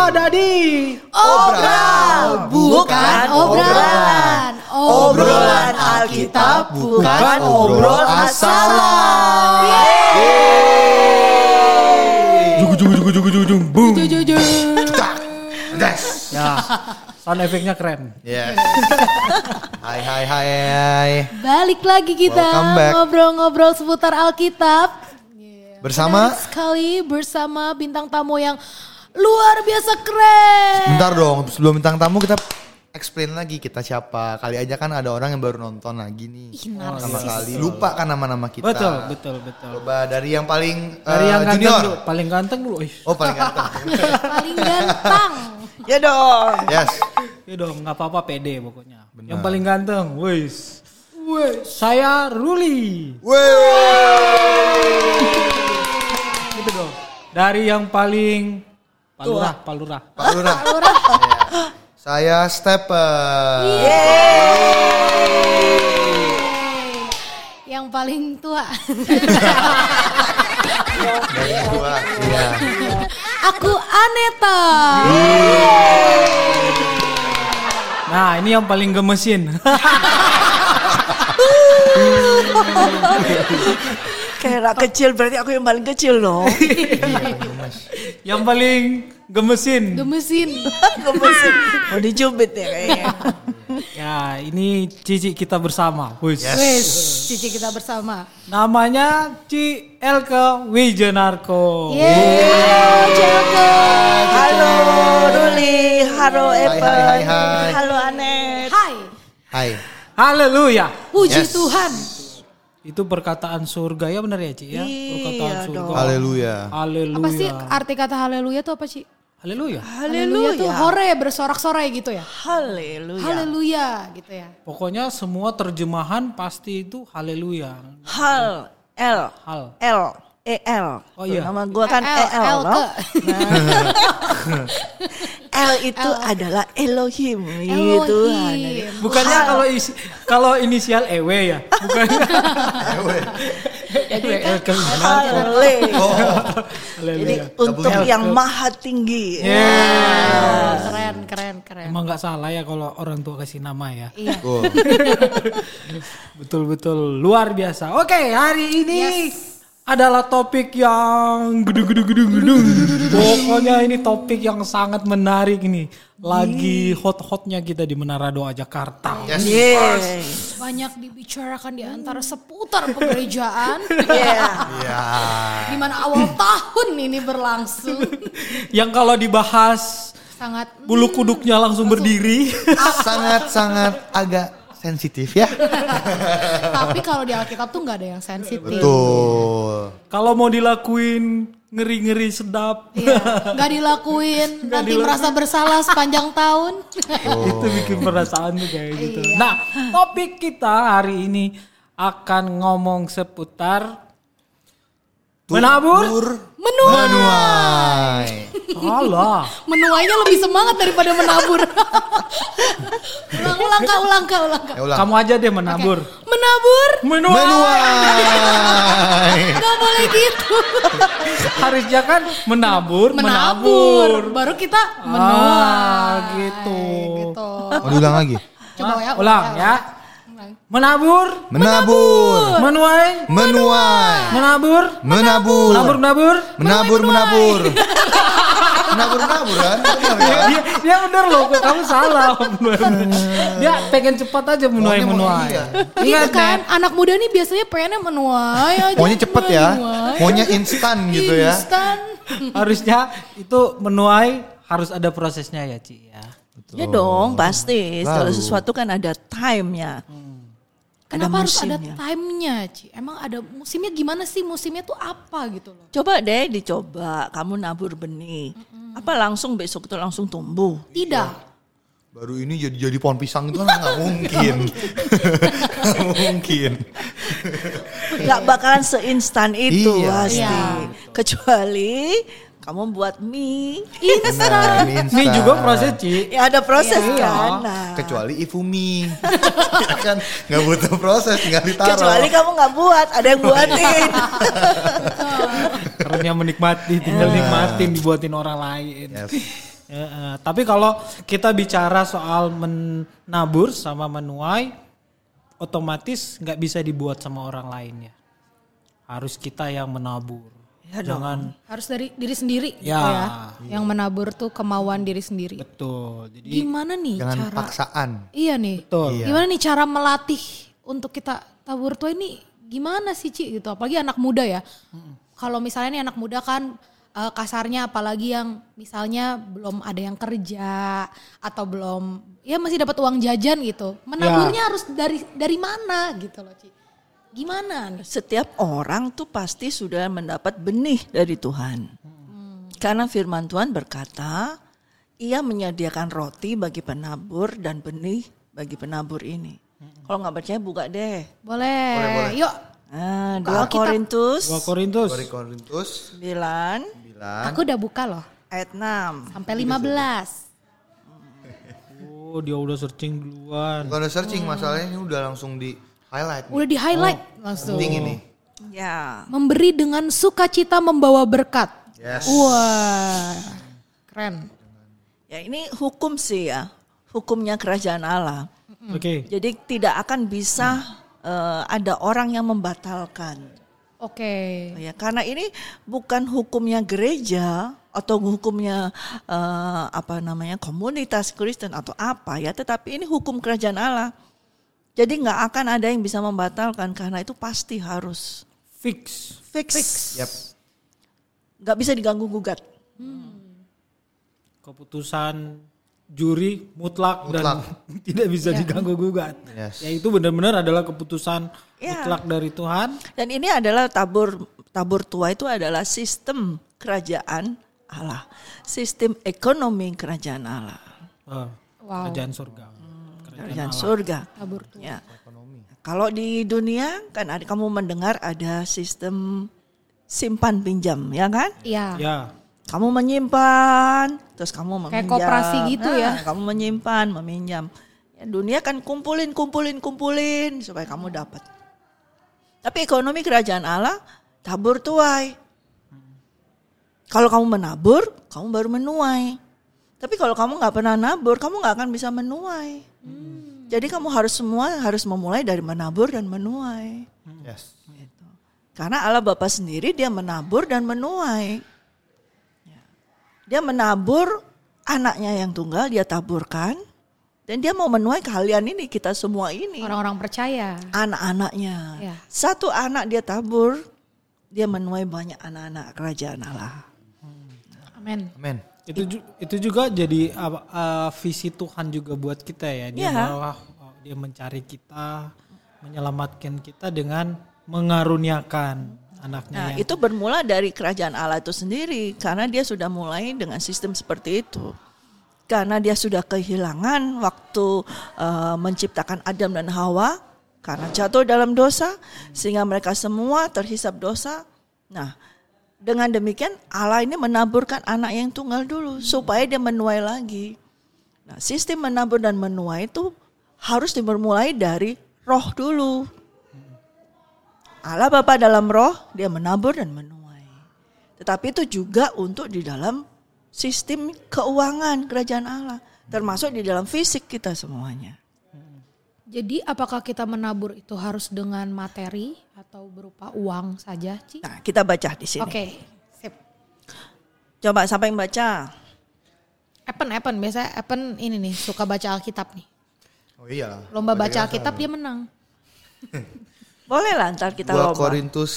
ada di Obral, bukan obrolan. Obrolan Alkitab, bukan obrol asalan. Jung boom. Yes. Ya, sound efeknya keren. Yes. Hai. Balik lagi kita Welcome back. ngobrol-ngobrol seputar Alkitab. Bersama Menarik sekali bersama bintang tamu yang luar biasa keren. Bentar dong, sebelum bintang tamu kita explain lagi kita siapa. Kali aja kan ada orang yang baru nonton lagi nih. Pertama kali. Lupa kan nama-nama kita. Betul. Coba dari yang paling Dari yang ganteng junior. dulu, paling ganteng dulu. Oh, paling ganteng. Paling ganteng. Ya dong. Yes. Ya dong, nggak apa-apa pede pokoknya. Benar. Yang paling ganteng, wis. Saya Ruli. Gitu dong. Dari yang paling Palurah. Pak Lurah. Ya. Saya Stephen. Yang paling tua. Dari gua. Iya. Aku Aneta. Nah, ini yang paling gemesin. Kayak anak kecil, berarti aku yang paling kecil loh. Yang paling gemesin. Gemesin. Gemesin. Mau dicubit ya kayaknya. Ya, ini Cici kita bersama. Wis. Yes. Wes, cici kita bersama. Namanya Ci Elke Wijenarko. Jelke. Halo Ruli, halo Apple, Hai. halo Anet. Hai. Hai. Haleluya. Puji Yes. Tuhan. Itu perkataan surga ya benar ya Ci ya? Perkataan Iya surga. dong. Haleluya. Haleluya. Apa sih arti kata haleluya tuh apa sih? Haleluya. Haleluya tuh hore bersorak-sorai gitu ya. Haleluya. Haleluya gitu ya. Pokoknya semua terjemahan pasti itu haleluya. Hal, L, Hal. L, E L. Oh iya. Nama gua kan E L, L no? ke. L itu adalah Elohim, Elohim. Tuhan. Bukannya kalau inisial EW ya? Bukannya. Jadi Elke Wijenarko. Hale. Jadi Haleluya. untuk yang maha tinggi. keren. Emang nggak salah ya kalau orang tua kasih nama ya. Iya. Oh. Betul luar biasa. Oke, hari ini adalah topik yang gedung. Pokoknya ini topik yang sangat menarik ini. Lagi hot-hotnya kita di Menara Doa Jakarta. Yes. Yes. Banyak dibicarakan di antara seputar pekerjaan. Iya. Di mana awal tahun ini berlangsung. Yang kalau dibahas Sangat bulu kuduknya langsung berdiri. Sangat agak sensitif ya. tapi kalau di Alkitab tuh nggak ada yang sensitif. Betul. Kalau mau dilakuin ngeri-ngeri sedap. Iya, nggak dilakuin nanti merasa bersalah sepanjang tahun. Itu bikin perasaan tuh kayak gitu. Iya. Nah, topik kita hari ini akan ngomong seputar menabur. Menuai. Alah. Menuainya lebih semangat daripada menabur. ulang kak. Ya ulang. Kamu aja deh menabur. Menabur? Menuai. Gak boleh gitu. Harusnya kan menabur. Baru kita menuai. Gitu. Gitu. Mau diulang lagi? Coba ya. Ulang ya. Menabur. Menabur. Menuai. Menuai. Menabur. Menabur. Menabur. Menabur. Menabur kan? Benar kan? Dia bener loh, kok kamu salah. Dia pengen cepat aja menuai. Iya. Ingat kan anak muda nih biasanya pengennya menuai aja. Maunya cepet ya. Menuai. Maunya instan gitu ya. Instan. harusnya itu menuai harus ada prosesnya ya Ci ya. Ya dong, pasti. Segala Lalu. sesuatu kan ada time-nya. Kenapa harus ada musimnya. time-nya, Ci? Emang ada musimnya gimana sih? Musimnya tuh apa gitu loh? Coba deh dicoba, kamu nabur benih. Apa langsung besok itu langsung tumbuh? Tidak. Baru ini jadi pohon pisang itu kan nggak mungkin. Nggak mungkin. Gak bakalan seinstan itu Iya. pasti. Iya. Kecuali kamu buat mie. Nah, ini instan. Ini juga proses Ci. Ya ada proses Iya. kan. Nah, Kecuali Ifumi. Ya kan nggak butuh proses, tinggal ditaruh. kecuali kamu nggak buat, ada yang buatin. Karena menikmati, tinggal nikmatin dibuatin orang lain. Yes. Tapi kalau kita bicara soal menabur sama menuai, otomatis nggak bisa dibuat sama orang lain ya. Harus kita yang menabur. Ya Jangan Harus dari diri sendiri Ya. gitu ya. Yang menabur tuh kemauan diri sendiri. betul. Jadi Gimana nih Jangan cara? paksaan. Iya nih. betul. Iya. Gimana nih cara melatih untuk kita tabur tuai ini gimana sih Ci gitu. Apalagi anak muda ya. Kalau misalnya nih anak muda kan kasarnya apalagi yang misalnya belum ada yang kerja atau belum ya masih dapat uang jajan gitu. Menaburnya harus dari mana gitu loh Ci. Gimana nih? Setiap orang tuh pasti sudah mendapat benih dari Tuhan. Karena firman Tuhan berkata, Ia menyediakan roti bagi penabur dan benih bagi penabur ini. Kalau nggak percaya buka deh. Boleh. Yuk. Nah, 2 Alkitab. Korintus 2 Korintus. Korintus 9 Aku udah buka loh. ayat 6. Sampai 15. Oh, dia udah searching duluan. Bukan udah searching, masalahnya ini udah langsung di highlight. Udah di highlight langsung. Penting ini. Ya. Memberi dengan sukacita membawa berkat. Yes. Wah. Keren. Ya ini hukum sih ya. Hukumnya kerajaan Allah. Oke. Jadi tidak akan bisa ada orang yang membatalkan. Oke. Ya, karena ini bukan hukumnya gereja atau hukumnya komunitas Kristen atau apa ya, tetapi ini hukum kerajaan Allah. Jadi nggak akan ada yang bisa membatalkan karena itu pasti harus Fix. fix. Yap. Nggak bisa diganggu gugat. Keputusan juri mutlak dan Mutlak. tidak bisa diganggu gugat. Yes. Ya itu benar-benar adalah keputusan Ya. mutlak dari Tuhan. Dan ini adalah tabur tua itu adalah sistem kerajaan Allah, sistem ekonomi kerajaan Allah, Wow. Kerajaan surga. kerajaan surga. Tabur tuai. Ya. Kalau di dunia kan kamu mendengar ada sistem simpan pinjam, ya kan? Iya. Ya. Kamu menyimpan, terus kamu meminjam. Kayak koperasi gitu ya. Kamu menyimpan, meminjam. Ya, dunia kan kumpulin supaya kamu dapat. Tapi ekonomi kerajaan Allah tabur tuai. Kalau kamu menabur, kamu baru menuai. Tapi kalau kamu nggak pernah nabur, kamu nggak akan bisa menuai. Jadi kamu harus memulai dari menabur dan menuai. Yes. Karena Allah Bapa sendiri dia menabur dan menuai. Dia menabur anaknya yang tunggal, dia taburkan. Dan dia mau menuai kalian ini, kita semua ini. Orang-orang percaya. Anak-anaknya. Ya. Satu anak dia tabur, dia menuai banyak anak-anak kerajaan Allah. Amin. Amin. Itu juga jadi visi Tuhan juga buat kita ya. Dia Ya. bahwa dia mencari kita, menyelamatkan kita dengan mengaruniakan anaknya. Nah, itu bermula dari kerajaan Allah itu sendiri. Karena dia sudah mulai dengan sistem seperti itu. Karena dia sudah kehilangan waktu menciptakan Adam dan Hawa. Karena jatuh dalam dosa. Sehingga mereka semua terhisap dosa. Nah, dengan demikian Allah ini menaburkan anak yang tunggal dulu. Supaya dia menuai lagi. Nah, sistem menabur dan menuai itu harus dimulai dari roh dulu. Allah Bapa dalam roh, dia menabur dan menuai. Tetapi itu juga untuk di dalam sistem keuangan kerajaan Allah. Termasuk di dalam fisik kita semuanya. Jadi apakah kita menabur itu harus dengan materi atau berupa uang saja, Ci? Nah, kita baca di sini. Oke, sip. Coba siapa yang baca? Epen, biasa Epen ini nih suka baca Alkitab nih. Oh iya. Lomba baca Alkitab dia menang. Boleh lah ntar kita 2 lomba. Korintus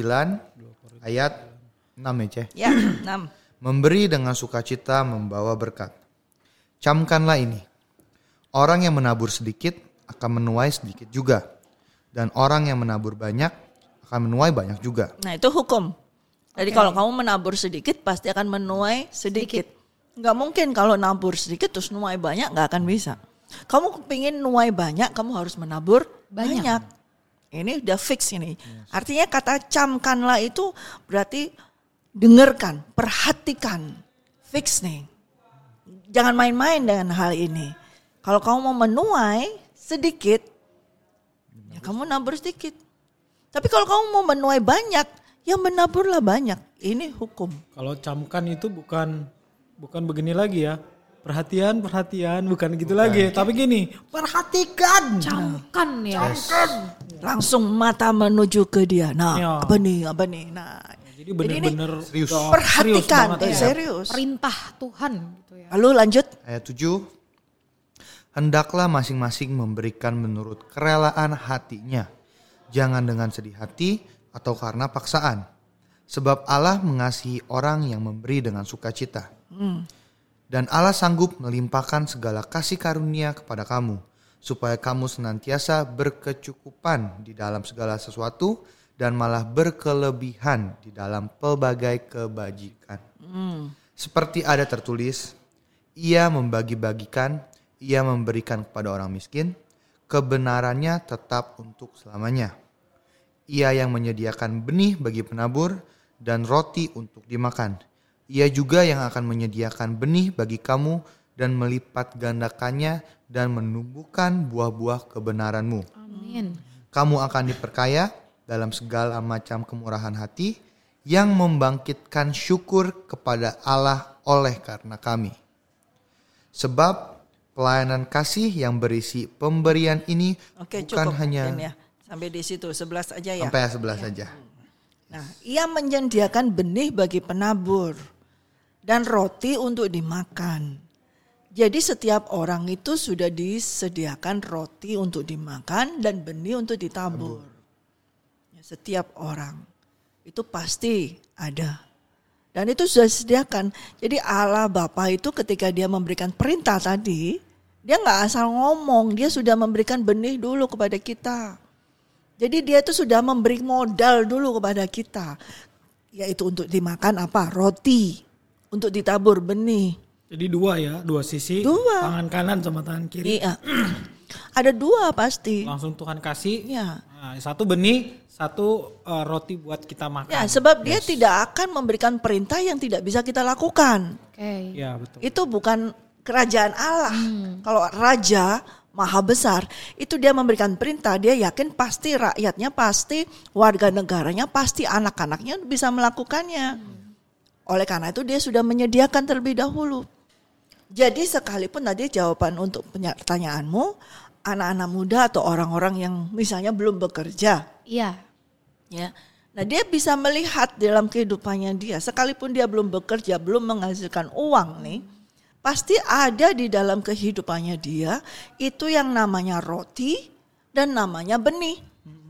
9 ayat 6 ya Ceh. Ya, 6. Memberi dengan sukacita membawa berkat. Camkanlah ini. Orang yang menabur sedikit akan menuai sedikit juga. Dan orang yang menabur banyak akan menuai banyak juga. Nah, itu hukum. Jadi kalau kamu menabur sedikit pasti akan menuai sedikit. Nggak mungkin kalau nabur sedikit terus nuai banyak, nggak akan bisa. Kamu pengen nuai banyak, kamu harus menabur banyak. Ini udah fix ini. Artinya kata camkanlah itu berarti dengarkan, perhatikan, fix nih. Jangan main-main dengan hal ini. Kalau kamu mau menuai sedikit, ya kamu nabur sedikit. Tapi kalau kamu mau menuai banyak, ya menaburlah banyak. Ini hukum. Kalau camkan itu bukan bukan begini lagi ya. Perhatian, bukan gitu lagi. Tapi gini, perhatikan. Camkan ya. Langsung mata menuju ke dia. Nah, Ya. apa nih? Nah, Jadi benar-benar serius. perhatikan, banget ya. serius. Perintah Tuhan gitu ya. Lalu lanjut. Ayat 7. Hendaklah masing-masing memberikan menurut kerelaan hatinya. Jangan dengan sedih hati atau karena paksaan. Sebab Allah mengasihi orang yang memberi dengan sukacita. Dan Allah sanggup melimpahkan segala kasih karunia kepada kamu, supaya kamu senantiasa berkecukupan di dalam segala sesuatu dan malah berkelebihan di dalam pelbagai kebajikan. Seperti ada tertulis, ia membagi-bagikan, ia memberikan kepada orang miskin, kebenarannya tetap untuk selamanya. Ia yang menyediakan benih bagi penabur dan roti untuk dimakan. Ia juga yang akan menyediakan benih bagi kamu dan melipat gandakannya dan menumbuhkan buah-buah kebenaranmu. Amin. Kamu akan diperkaya dalam segala macam kemurahan hati yang membangkitkan syukur kepada Allah oleh karena kami. Sebab pelayanan kasih yang berisi pemberian ini Oke, bukan cukup. hanya Dan ya, sampai di situ 11 aja ya. sampai 11 saja. Nah, ia menyediakan benih bagi penabur dan roti untuk dimakan. Jadi setiap orang itu sudah disediakan roti untuk dimakan dan benih untuk ditabur. Ya, setiap orang itu pasti ada. Dan itu sudah disediakan. Jadi Allah Bapa itu ketika dia memberikan perintah tadi, dia nggak asal ngomong, dia sudah memberikan benih dulu kepada kita. Jadi dia itu sudah memberi modal dulu kepada kita. Yaitu untuk dimakan apa? Roti. Untuk ditabur benih. Jadi dua sisi. Dua. Tangan kanan sama tangan kiri. Iya. Ada dua pasti. Langsung Tuhan kasih. Ya. Nah, satu benih, satu roti buat kita makan. Ya, sebab dia tidak akan memberikan perintah yang tidak bisa kita lakukan. Oke. Ya, betul. Itu bukan kerajaan Allah. Kalau raja maha besar, itu dia memberikan perintah, dia yakin pasti rakyatnya, pasti warga negaranya, pasti anak-anaknya bisa melakukannya. Oleh karena itu dia sudah menyediakan terlebih dahulu. Jadi sekalipun tadi jawaban untuk pertanyaanmu, anak-anak muda atau orang-orang yang misalnya belum bekerja, Iya. ya. Nah, dia bisa melihat dalam kehidupannya dia, sekalipun dia belum bekerja, belum menghasilkan uang nih, pasti ada di dalam kehidupannya dia itu yang namanya roti dan namanya benih.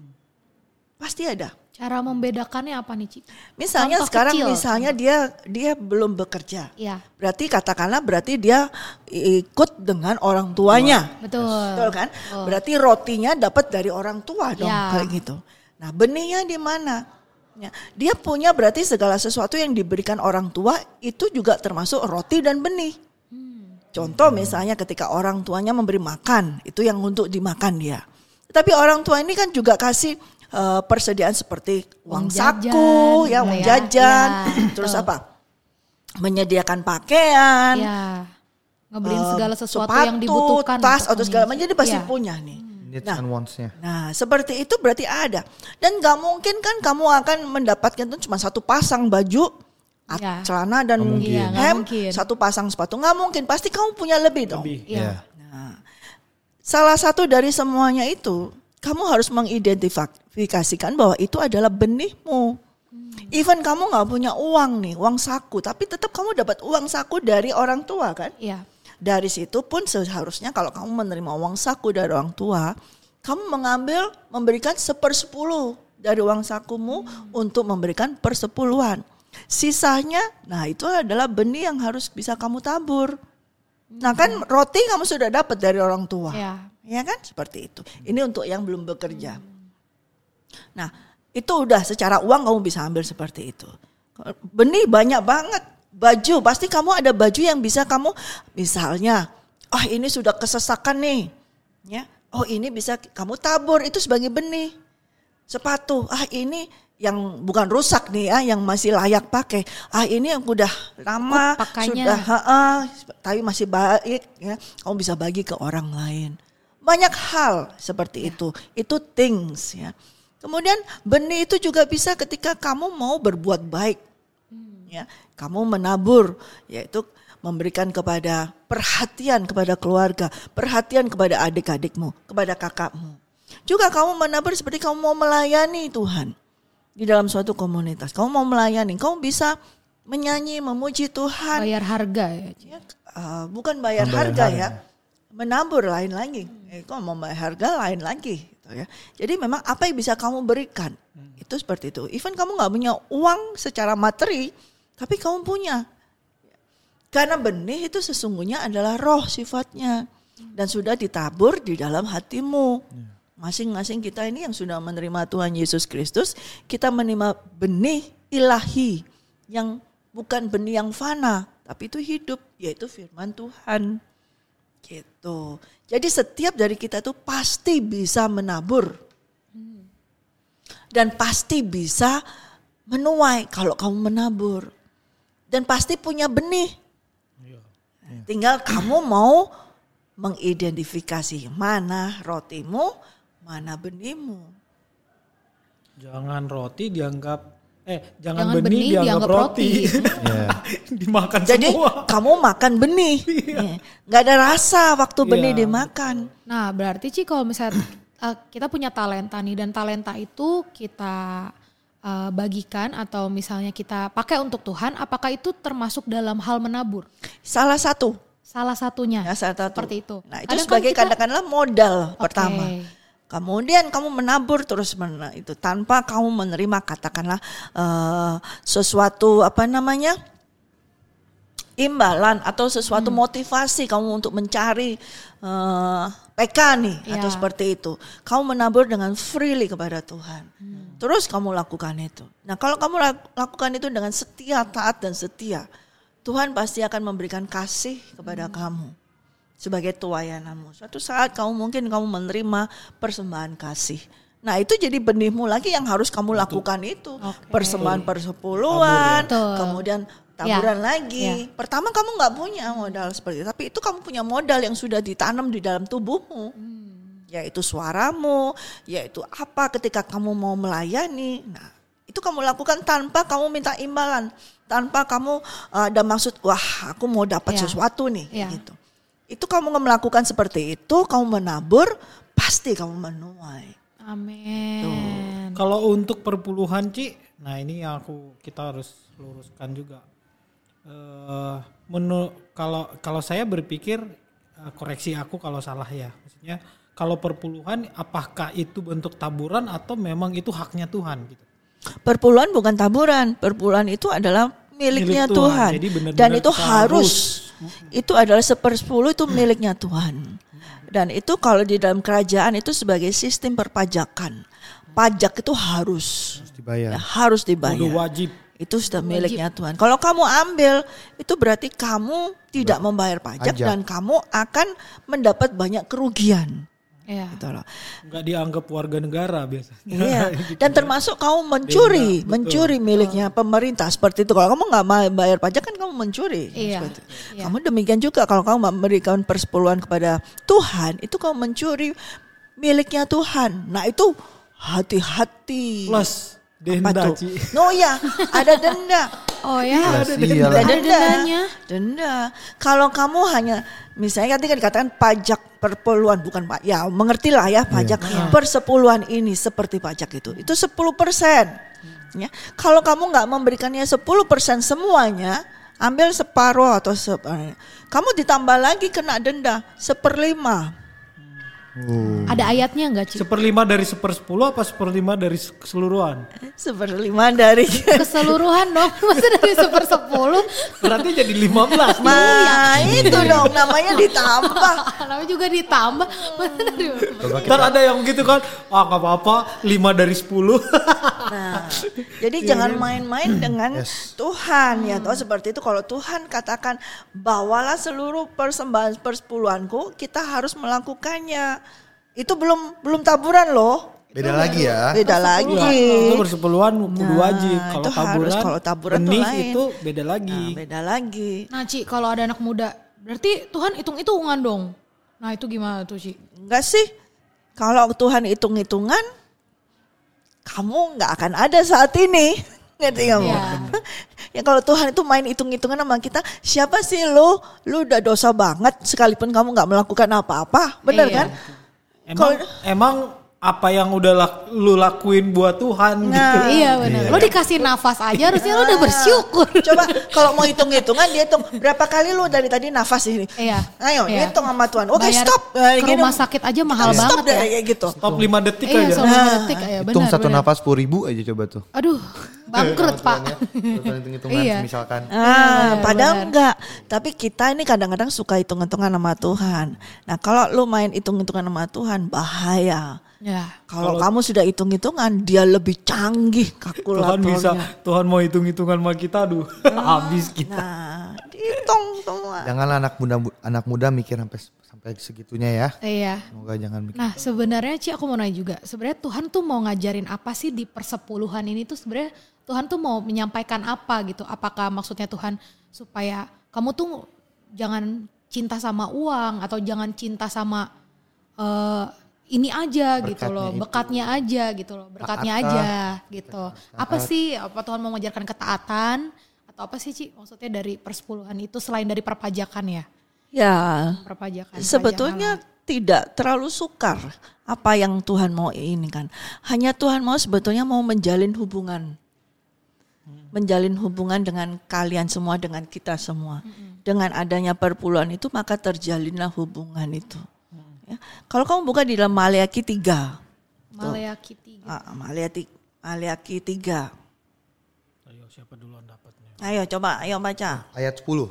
Pasti ada. Cara membedakannya apa nih, Ci? Misalnya Contoh sekarang kecil. misalnya dia belum bekerja. Iya. Berarti katakanlah dia ikut dengan orang tuanya. Betul. Betul kan? Berarti rotinya dapat dari orang tua dong, Ya. kayak gitu. Nah, benihnya di mana? Ya, dia punya berarti segala sesuatu yang diberikan orang tua itu juga termasuk roti dan benih. Contoh misalnya ketika orang tuanya memberi makan, itu yang untuk dimakan dia. Tapi orang tua ini kan juga kasih persediaan seperti uang saku, ya, uang jajan, terus apa? Menyediakan pakaian, Iya. Ngebeliin segala sesuatu sepatu, yang dibutuhkan. tas untuk atau segala macam, mengisi. jadi pasti Iya. punya nih. Needs and wants-nya. Nah, seperti itu berarti ada. Dan gak mungkin kan kamu akan mendapatkan itu cuma satu pasang baju, Ya. celana dan Iya, nggak hem, mungkin. satu pasang sepatu. Gak mungkin, pasti kamu punya lebih dong. Lebih. Iya. Nah, salah satu dari semuanya itu, kamu harus mengidentifikasikan bahwa itu adalah benihmu. Even kamu gak punya uang nih, uang saku, tapi tetap kamu dapat uang saku dari orang tua kan? Iya. Dari situ pun seharusnya kalau kamu menerima uang saku dari orang tua, kamu memberikan 1/10 dari uang sakumu untuk memberikan 1/10. Sisanya, nah itu adalah benih yang harus bisa kamu tabur. Nah kan roti kamu sudah dapat dari orang tua. Iya. Ya kan seperti itu. Ini untuk yang belum bekerja. Nah itu udah secara uang kamu bisa ambil seperti itu. Benih banyak banget. Baju, pasti kamu ada baju yang bisa kamu, misalnya, oh ini sudah kesesakan nih. Ya, oh ini bisa kamu tabur, itu sebagai benih. Sepatu, ini yang bukan rusak nih ya, yang masih layak pakai. Ini yang udah lama, pakainya. sudah tapi masih baik ya, kamu bisa bagi ke orang lain. Banyak hal seperti itu things ya. Kemudian benih itu juga bisa ketika kamu mau berbuat baik. Ya, kamu menabur, yaitu memberikan kepada perhatian kepada keluarga, perhatian kepada adik-adikmu, kepada kakakmu. Juga kamu menabur seperti kamu mau melayani Tuhan di dalam suatu komunitas. Kamu mau melayani, kamu bisa menyanyi, memuji Tuhan. Bayar harga ya. Ci. Bukan bayar harga ya, menabur lain lagi. Kamu mau bayar harga lain lagi. Gitu ya. Jadi memang apa yang bisa kamu berikan, itu seperti itu. Even kamu gak punya uang secara materi, tapi kamu punya. Karena benih itu sesungguhnya adalah roh sifatnya. Dan sudah ditabur di dalam hatimu. Masing-masing kita ini yang sudah menerima Tuhan Yesus Kristus, kita menerima benih ilahi yang bukan benih yang fana, tapi itu hidup, yaitu firman Tuhan. Gitu. Jadi setiap dari kita itu pasti bisa menabur. Dan pasti bisa menuai kalau kamu menabur. Dan pasti punya benih. Tinggal kamu mau mengidentifikasi mana rotimu, mana benihmu. Jangan roti dianggap jangan benih dianggap roti. Dimakan Jadi semua. kamu makan benih. Gak ada rasa waktu benih dimakan. Nah berarti Ci kalau misalnya kita punya talenta nih dan talenta itu kita bagikan atau misalnya kita pakai untuk Tuhan, apakah itu termasuk dalam hal menabur? Salah satunya. Salah satu. Seperti itu. Nah itu sebagai katakanlah modal pertama. Kemudian kamu menabur terus itu tanpa kamu menerima katakanlah sesuatu imbalan atau sesuatu motivasi kamu untuk mencari PK nih atau seperti itu. Kamu menabur dengan freely kepada Tuhan. Terus kamu lakukan itu. Nah kalau kamu lakukan itu dengan setia, taat dan setia, Tuhan pasti akan memberikan kasih kepada kamu sebagai tuayananmu. Suatu saat mungkin kamu menerima persembahan kasih. Nah itu jadi benihmu lagi yang harus kamu lakukan itu. Persembahan persepuluhan, kemudian taburan lagi. Pertama kamu gak punya modal seperti itu, tapi itu kamu punya modal yang sudah ditanam di dalam tubuhmu. Yaitu suaramu, yaitu apa ketika kamu mau melayani. Nah itu kamu lakukan tanpa kamu minta imbalan. Tanpa kamu ada maksud, wah aku mau dapat sesuatu nih. Gitu. Itu kamu melakukan seperti itu, kamu menabur, pasti kamu menuai. Amin. Kalau untuk perpuluhan Ci, nah ini yang kita harus luruskan juga. Kalau saya berpikir, koreksi aku kalau salah ya. Maksudnya kalau perpuluhan apakah itu bentuk taburan atau memang itu haknya Tuhan gitu? Perpuluhan bukan taburan, perpuluhan itu adalah miliknya Tuhan. Jadi benar-benar dan itu harus. Itu adalah 1/10 itu miliknya Tuhan. Dan itu kalau di dalam kerajaan itu sebagai sistem perpajakan. Pajak itu harus dibayar. Harus dibayar. Udah wajib. Itu sudah miliknya Tuhan. Kalau kamu ambil, itu berarti kamu tidak membayar pajak dan kamu akan mendapat banyak kerugian. Gitu loh. Nggak dianggap warga negara biasanya. Iya. Dan termasuk kamu mencuri miliknya pemerintah seperti itu. Kalau kamu nggak bayar pajak kan kamu mencuri. Kamu demikian juga kalau kamu memberikan persepuluhan kepada Tuhan, itu kamu mencuri miliknya Tuhan. Nah itu hati-hati. Plus denda. Oh ya, ada denda. Oh ya, ada dendanya. Denda. Kalau kamu hanya misalnya kan dikatakan pajak perpuluhan, bukan Pak. Ya, mengertilah ya pajak persepuluhan ini seperti pajak itu 10%. Ya. Kalau kamu nggak memberikannya 10% semuanya, ambil separuh atau kamu ditambah lagi kena denda 1/5. Ada ayatnya enggak Ci? 1/5 dari 1/10 apa 1/5 dari keseluruhan? 1/5 dari keseluruhan dong, masa dari 1/10? Berarti jadi 15. Nah itu dong namanya ditambah. Namanya juga ditambah. Ntar ada yang gitu kan, gak apa-apa 5 dari 10. Nah jadi jangan main-main dengan Tuhan ya. Toh seperti itu kalau Tuhan katakan bawalah seluruh persembahan persepuluhanku, kita harus melakukannya. Itu belum taburan loh. Beda lagi ya. Beda lagi. Itu bersepuluhan kudu wajib. Kalau taburan benih tuh lain. Itu beda lagi. Beda lagi. Nah Ci, kalau ada anak muda, berarti Tuhan hitung-hitungan dong. Nah itu gimana tuh Ci? Enggak sih. Kalau Tuhan hitung-hitungan, kamu nggak akan ada saat ini. Ngerti kamu? Ya kalau Tuhan itu main hitung-hitungan sama kita, siapa sih lu? Lu udah dosa banget sekalipun kamu nggak melakukan apa-apa, bener Iya. kan? Emang apa yang udah lu lakuin buat Tuhan gitu. Iya benar. Lo dikasih nafas aja harusnya lo udah bersyukur. Coba kalau mau hitung-hitungan dia hitung berapa kali lu dari tadi nafas ini. Iya. Ayo Iya. hitung sama Tuhan. Oke, Bayar stop. ke rumah sakit aja mahal Stop banget deh ya. kayak gitu. Stop 5 detik Iya, aja. selama detik ya Hitung benar. satu nafas 10.000 aja coba tuh. Aduh, bangkrut Pak. Hitung-hitungan Iya. misalkan. Padahal enggak. Tapi kita ini kadang-kadang suka hitung-hitungan sama Tuhan. Nah kalau lu main hitung-hitungan sama Tuhan bahaya. Ya. Kalau kamu sudah hitung-hitungan dia lebih canggih kalkulatornya. Tuhan mau hitung-hitungan sama kita, aduh habis kita. Nah dihitung semua. Janganlah anak muda mikir sampai segitunya ya. Iya. Semoga jangan mikir. Nah sebenarnya Ci aku mau nanya juga. Sebenarnya Tuhan tuh mau ngajarin apa sih di persepuluhan ini tuh sebenarnya Tuhan tuh mau menyampaikan apa gitu. Apakah maksudnya Tuhan supaya kamu tuh jangan cinta sama uang atau jangan cinta sama ini aja gitu loh, bekatnya aja gitu loh, berkatnya aja gitu. Apa sih, apa Tuhan mau mengajarkan ketaatan atau apa sih Ci maksudnya dari persepuluhan itu selain dari perpajakan ya? Ya Perpajakan. sebetulnya tidak terlalu sukar apa yang Tuhan mau ini kan. Hanya Tuhan mau sebetulnya mau menjalin hubungan. Menjalin hubungan dengan kalian semua, dengan kita semua. Dengan adanya perpuluhan itu maka terjalinlah hubungan itu. Ya. Kalau kamu buka di dalam Maleakhi 3. Maleakhi 3. Maleakhi 3. Ayo siapa duluan dapatnya? Ayo coba, ayo baca. Ayat 10.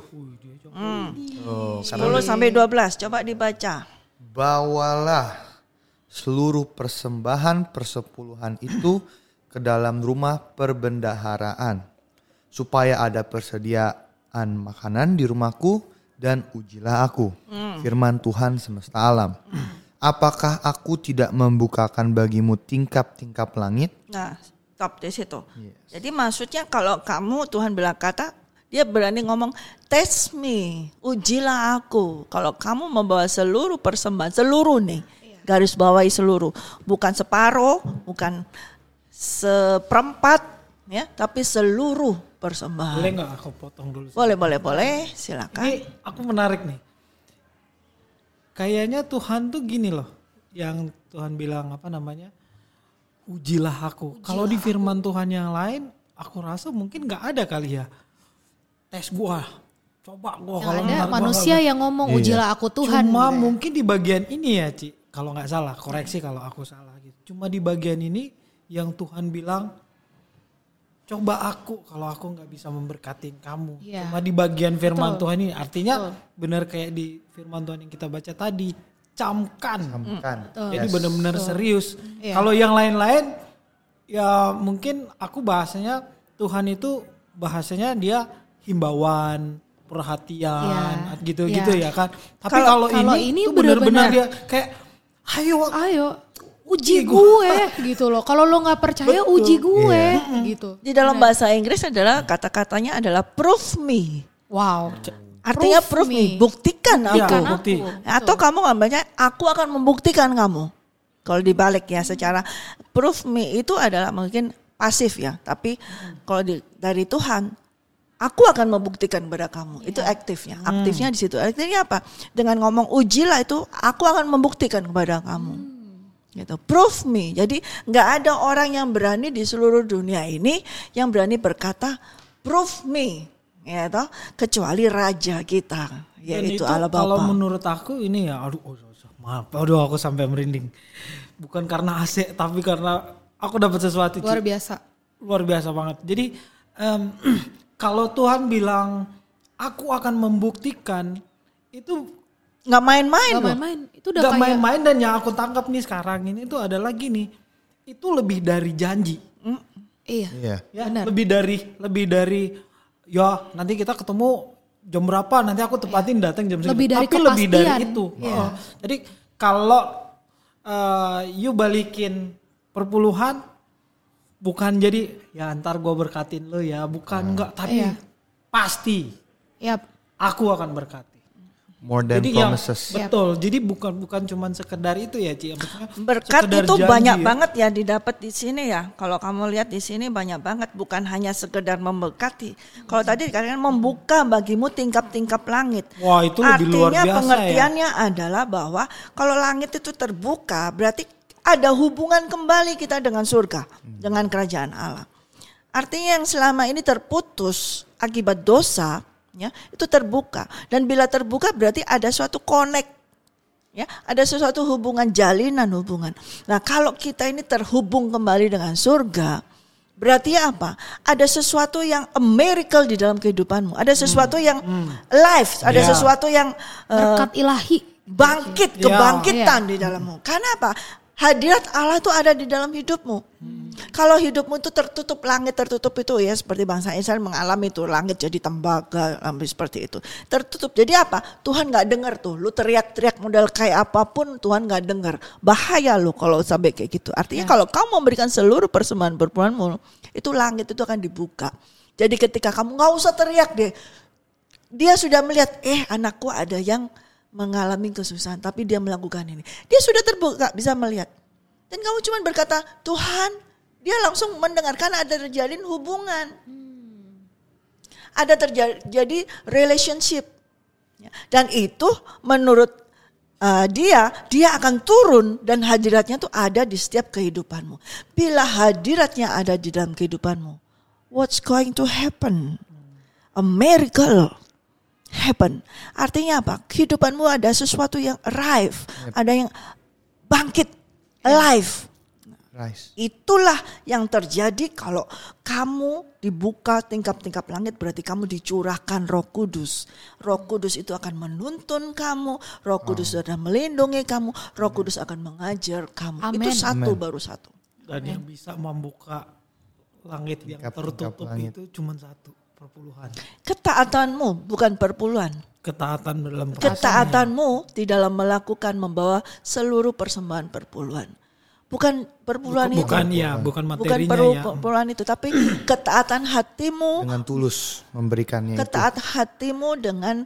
10 sampai 12 coba dibaca. Bawalah seluruh persembahan persepuluhan itu ke dalam rumah perbendaharaan, supaya ada persediaan makanan di rumahku, dan ujilah aku, firman Tuhan semesta alam. Apakah aku tidak membukakan bagimu tingkap-tingkap langit? Nah, stop di situ. Yes. Jadi maksudnya kalau kamu Tuhan bilang kata, dia berani ngomong, test me, ujilah aku. Kalau kamu membawa seluruh persembahan, seluruh nih, garis bawahi seluruh, bukan separuh, bukan seperempat, ya, tapi seluruh persembahan. Boleh nggak aku potong dulu? Boleh, silakan. Ini aku menarik nih. Kayaknya Tuhan tuh gini loh, yang Tuhan bilang apa namanya, ujilah aku. Kalau di firman Tuhan yang lain, aku rasa mungkin nggak ada kali ya. Tes gua, coba gua kalau Ada manusia yang ngomong ujilah aku Tuhan. Cuma gitu. mungkin di bagian ini ya Ci, kalau nggak salah, koreksi kalau aku salah gitu. Cuma di bagian ini yang Tuhan bilang, coba aku kalau aku nggak bisa memberkatin kamu. Iya. Cuma di bagian firman Betul. Tuhan ini, artinya benar kayak di firman Tuhan yang kita baca tadi, camkan. Jadi benar-benar serius. Iya. Kalau yang lain-lain, ya mungkin aku bahasanya Tuhan itu bahasanya dia himbauan, perhatian, Iya. gitu-gitu Iya. ya kan. Tapi Kalau kalau ini tuh benar-benar dia benar-benar kayak, ayo uji gue gitu loh. Kalau lo nggak percaya uji gue gitu. Di dalam bahasa Inggris adalah kata-katanya adalah prove me. Wow. Artinya prove me, buktikan Iya, aku. bukti. Atau kamu ngambanya aku akan membuktikan kamu. Kalau dibalik ya secara prove me itu adalah mungkin pasif ya, tapi kalau dari Tuhan aku akan membuktikan kepada kamu. Itu aktifnya. Aktifnya di situ. Aktifnya apa? Dengan ngomong ujilah itu aku akan membuktikan kepada kamu. Gitu. Prove me. Jadi nggak ada orang yang berani di seluruh dunia ini yang berani berkata prove me, ya toh, kecuali raja kita, yaitu Allah Bapa. Kalau menurut aku ini ya, maaf, aku sampai merinding. Bukan karena AC, tapi karena aku dapat sesuatu. Luar biasa. Luar biasa banget. Jadi kalau Tuhan bilang aku akan membuktikan, itu Nggak main-main Gak loh. main-main. Itu udah gak kayak main-main, dan yang aku tangkap nih sekarang ini tuh adalah gini, itu lebih dari janji. iya. Iya. Ya, Benar. lebih dari ya nanti kita ketemu jam berapa, nanti aku tepatin datang jam segitu. Lebih dari Tapi lebih dari kepastian. itu. Iya. Jadi kalau you balikin perpuluhan, bukan jadi ya ntar gue berkatin lo ya, bukan enggak, tapi Iya. pasti Yap. aku akan berkati. More than Jadi yang promises. betul. Jadi bukan cuman sekedar itu ya, Ci. Maksudnya Berkat sekedar itu janji banyak ya. banget ya didapat di sini ya. Kalau kamu lihat di sini banyak banget, bukan hanya sekedar memberkati. Kalau tadi dikatakan membuka bagimu tingkap-tingkap langit. Wah, itu lebih luar Artinya biasa pengertiannya adalah bahwa kalau langit itu terbuka berarti ada hubungan kembali kita dengan surga, dengan kerajaan Allah. Artinya yang selama ini terputus akibat dosa, ya, itu terbuka. Dan bila terbuka berarti ada suatu connect, ya, ada sesuatu hubungan, jalinan hubungan. Nah, kalau kita ini terhubung kembali dengan surga, berarti apa? Ada sesuatu yang a miracle di dalam kehidupanmu. Ada sesuatu yang life, ada Ya. sesuatu yang Berkat ilahi. bangkit, Ya. kebangkitan di dalammu. Karena apa? Hadirat Allah itu ada di dalam hidupmu. Kalau hidupmu itu tertutup, langit tertutup itu ya seperti bangsa Israel mengalami itu, langit jadi tembaga, seperti itu. Tertutup. Jadi apa? Tuhan gak dengar tuh. Lu teriak-teriak model kayak apapun Tuhan gak dengar. Bahaya lu kalau sampai kayak gitu. Artinya kalau kamu memberikan seluruh persembahan perpuluhanmu, itu langit itu akan dibuka. Jadi ketika kamu gak usah teriak deh. Dia sudah melihat, anakku ada yang mengalami kesusahan, tapi dia melakukan ini. Dia sudah terbuka, bisa melihat. Dan kamu cuma berkata, Tuhan, dia langsung mendengar karena ada terjalin hubungan. Ada terjadi relationship. Dan itu menurut dia akan turun dan hadiratnya tuh ada di setiap kehidupanmu. Bila hadiratnya ada di dalam kehidupanmu, what's going to happen? A miracle happen. Artinya apa? Kehidupanmu ada sesuatu yang arrive, ada yang bangkit, alive. Rise. Itulah yang terjadi kalau kamu dibuka tingkap-tingkap langit, berarti kamu dicurahkan Roh Kudus. Roh Kudus itu akan menuntun kamu, Roh Kudus akan melindungi kamu, Roh Kudus akan mengajar kamu. Amen. Itu satu Amen. baru satu. Dan yang bisa membuka langit yang Tingkap-tingkap tertutup langit. itu cuma satu, perpuluhan. Ketaatanmu bukan perpuluhan. Ketaatan dalam Ketaatanmu di dalam melakukan membawa seluruh persembahan perpuluhan. Bukan perpuluhan itu. bukan Bukan materinya ya. perpuluhan itu, tapi ketaatan hatimu, Dengan tulus memberikannya itu. ketaatan hatimu dengan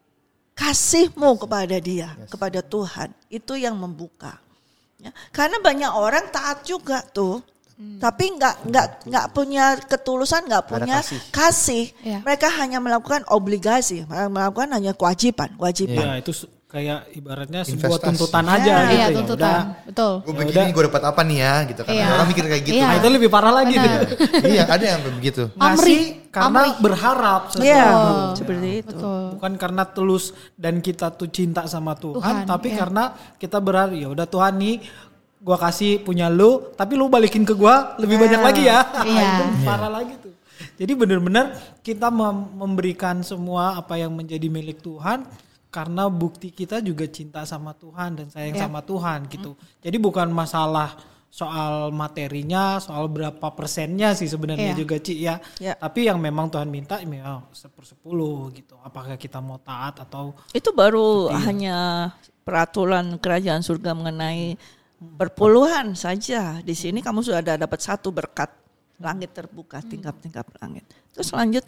kasihmu kepada Dia, kepada Tuhan. Itu yang membuka. Ya, karena banyak orang taat juga tuh. Tapi nggak punya ketulusan, nggak Nggak ada punya kasih. Iya. Mereka hanya melakukan obligasi, melakukan hanya kewajiban. Ya, itu kayak ibaratnya sebuah Investasi. tuntutan aja gitu. Iya, Ya tuntutan. udah. Betul. Gue begini gue dapat apa nih ya gitu kan. Iya. Orang mikir kayak gitu. Iya. Nah, itu lebih parah lagi Benar. gitu. Iya, ada yang begitu. Ngasih karena Amri. berharap sesuatu. Iya, Betul. seperti itu. Betul. Bukan karena tulus dan kita tuh cinta sama Tuhan, Tuhan, tapi iya. karena kita berharap ya udah Tuhan nih gua kasih punya lu, tapi lu balikin ke gua lebih banyak lagi ya. Iya. Itu parah lagi tuh. Jadi benar-benar kita memberikan semua apa yang menjadi milik Tuhan karena bukti kita juga cinta sama Tuhan dan sayang Iya. sama Tuhan gitu. Jadi bukan masalah soal materinya, soal berapa persennya sih sebenarnya Iya. juga Ci ya. Iya. Tapi yang memang Tuhan minta memang 1/10 gitu. Apakah kita mau taat atau Itu baru hanya peraturan kerajaan surga mengenai perpuluhan saja. Di sini kamu sudah ada dapat satu berkat. Langit terbuka, tingkap-tingkap langit. Terus lanjut.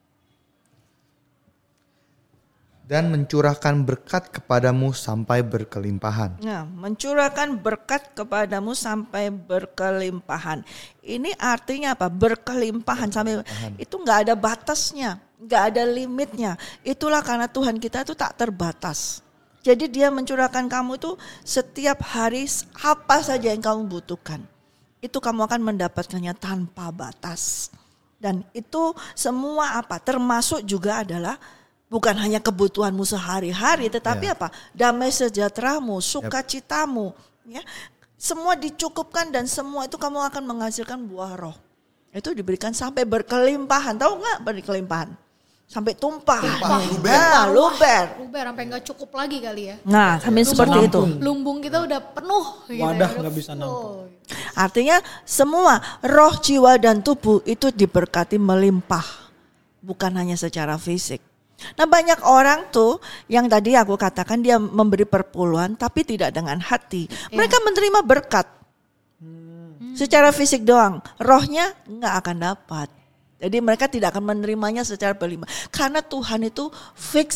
Dan mencurahkan berkat kepadamu sampai berkelimpahan. Nah, mencurahkan berkat kepadamu sampai berkelimpahan. Ini artinya apa? Berkelimpahan sampai itu nggak ada batasnya, nggak ada limitnya. Itulah karena Tuhan kita itu tak terbatas. Jadi Dia mencurahkan kamu itu setiap hari apa saja yang kamu butuhkan. Itu kamu akan mendapatkannya tanpa batas. Dan itu semua apa? Termasuk juga adalah bukan hanya kebutuhanmu sehari-hari, tetapi apa? Damai sejahteramu, sukacitamu, ya. Semua dicukupkan dan semua itu kamu akan menghasilkan buah roh. Itu diberikan sampai berkelimpahan. Tahu nggak berkelimpahan? Sampai tumpah. Luber. Luber sampai nggak cukup lagi kali ya. Nah, sampai seperti itu. Lumbung kita udah penuh. Gitu ya, wadah udah nggak bisa full. nampung. Artinya semua roh, jiwa dan tubuh itu diberkati melimpah. Bukan hanya secara fisik. Nah, banyak orang tuh yang tadi aku katakan dia memberi perpuluhan tapi tidak dengan hati. Mereka menerima berkat. Secara fisik doang. Rohnya nggak akan dapat. Jadi mereka tidak akan menerimanya secara berlimpah. Karena Tuhan itu fix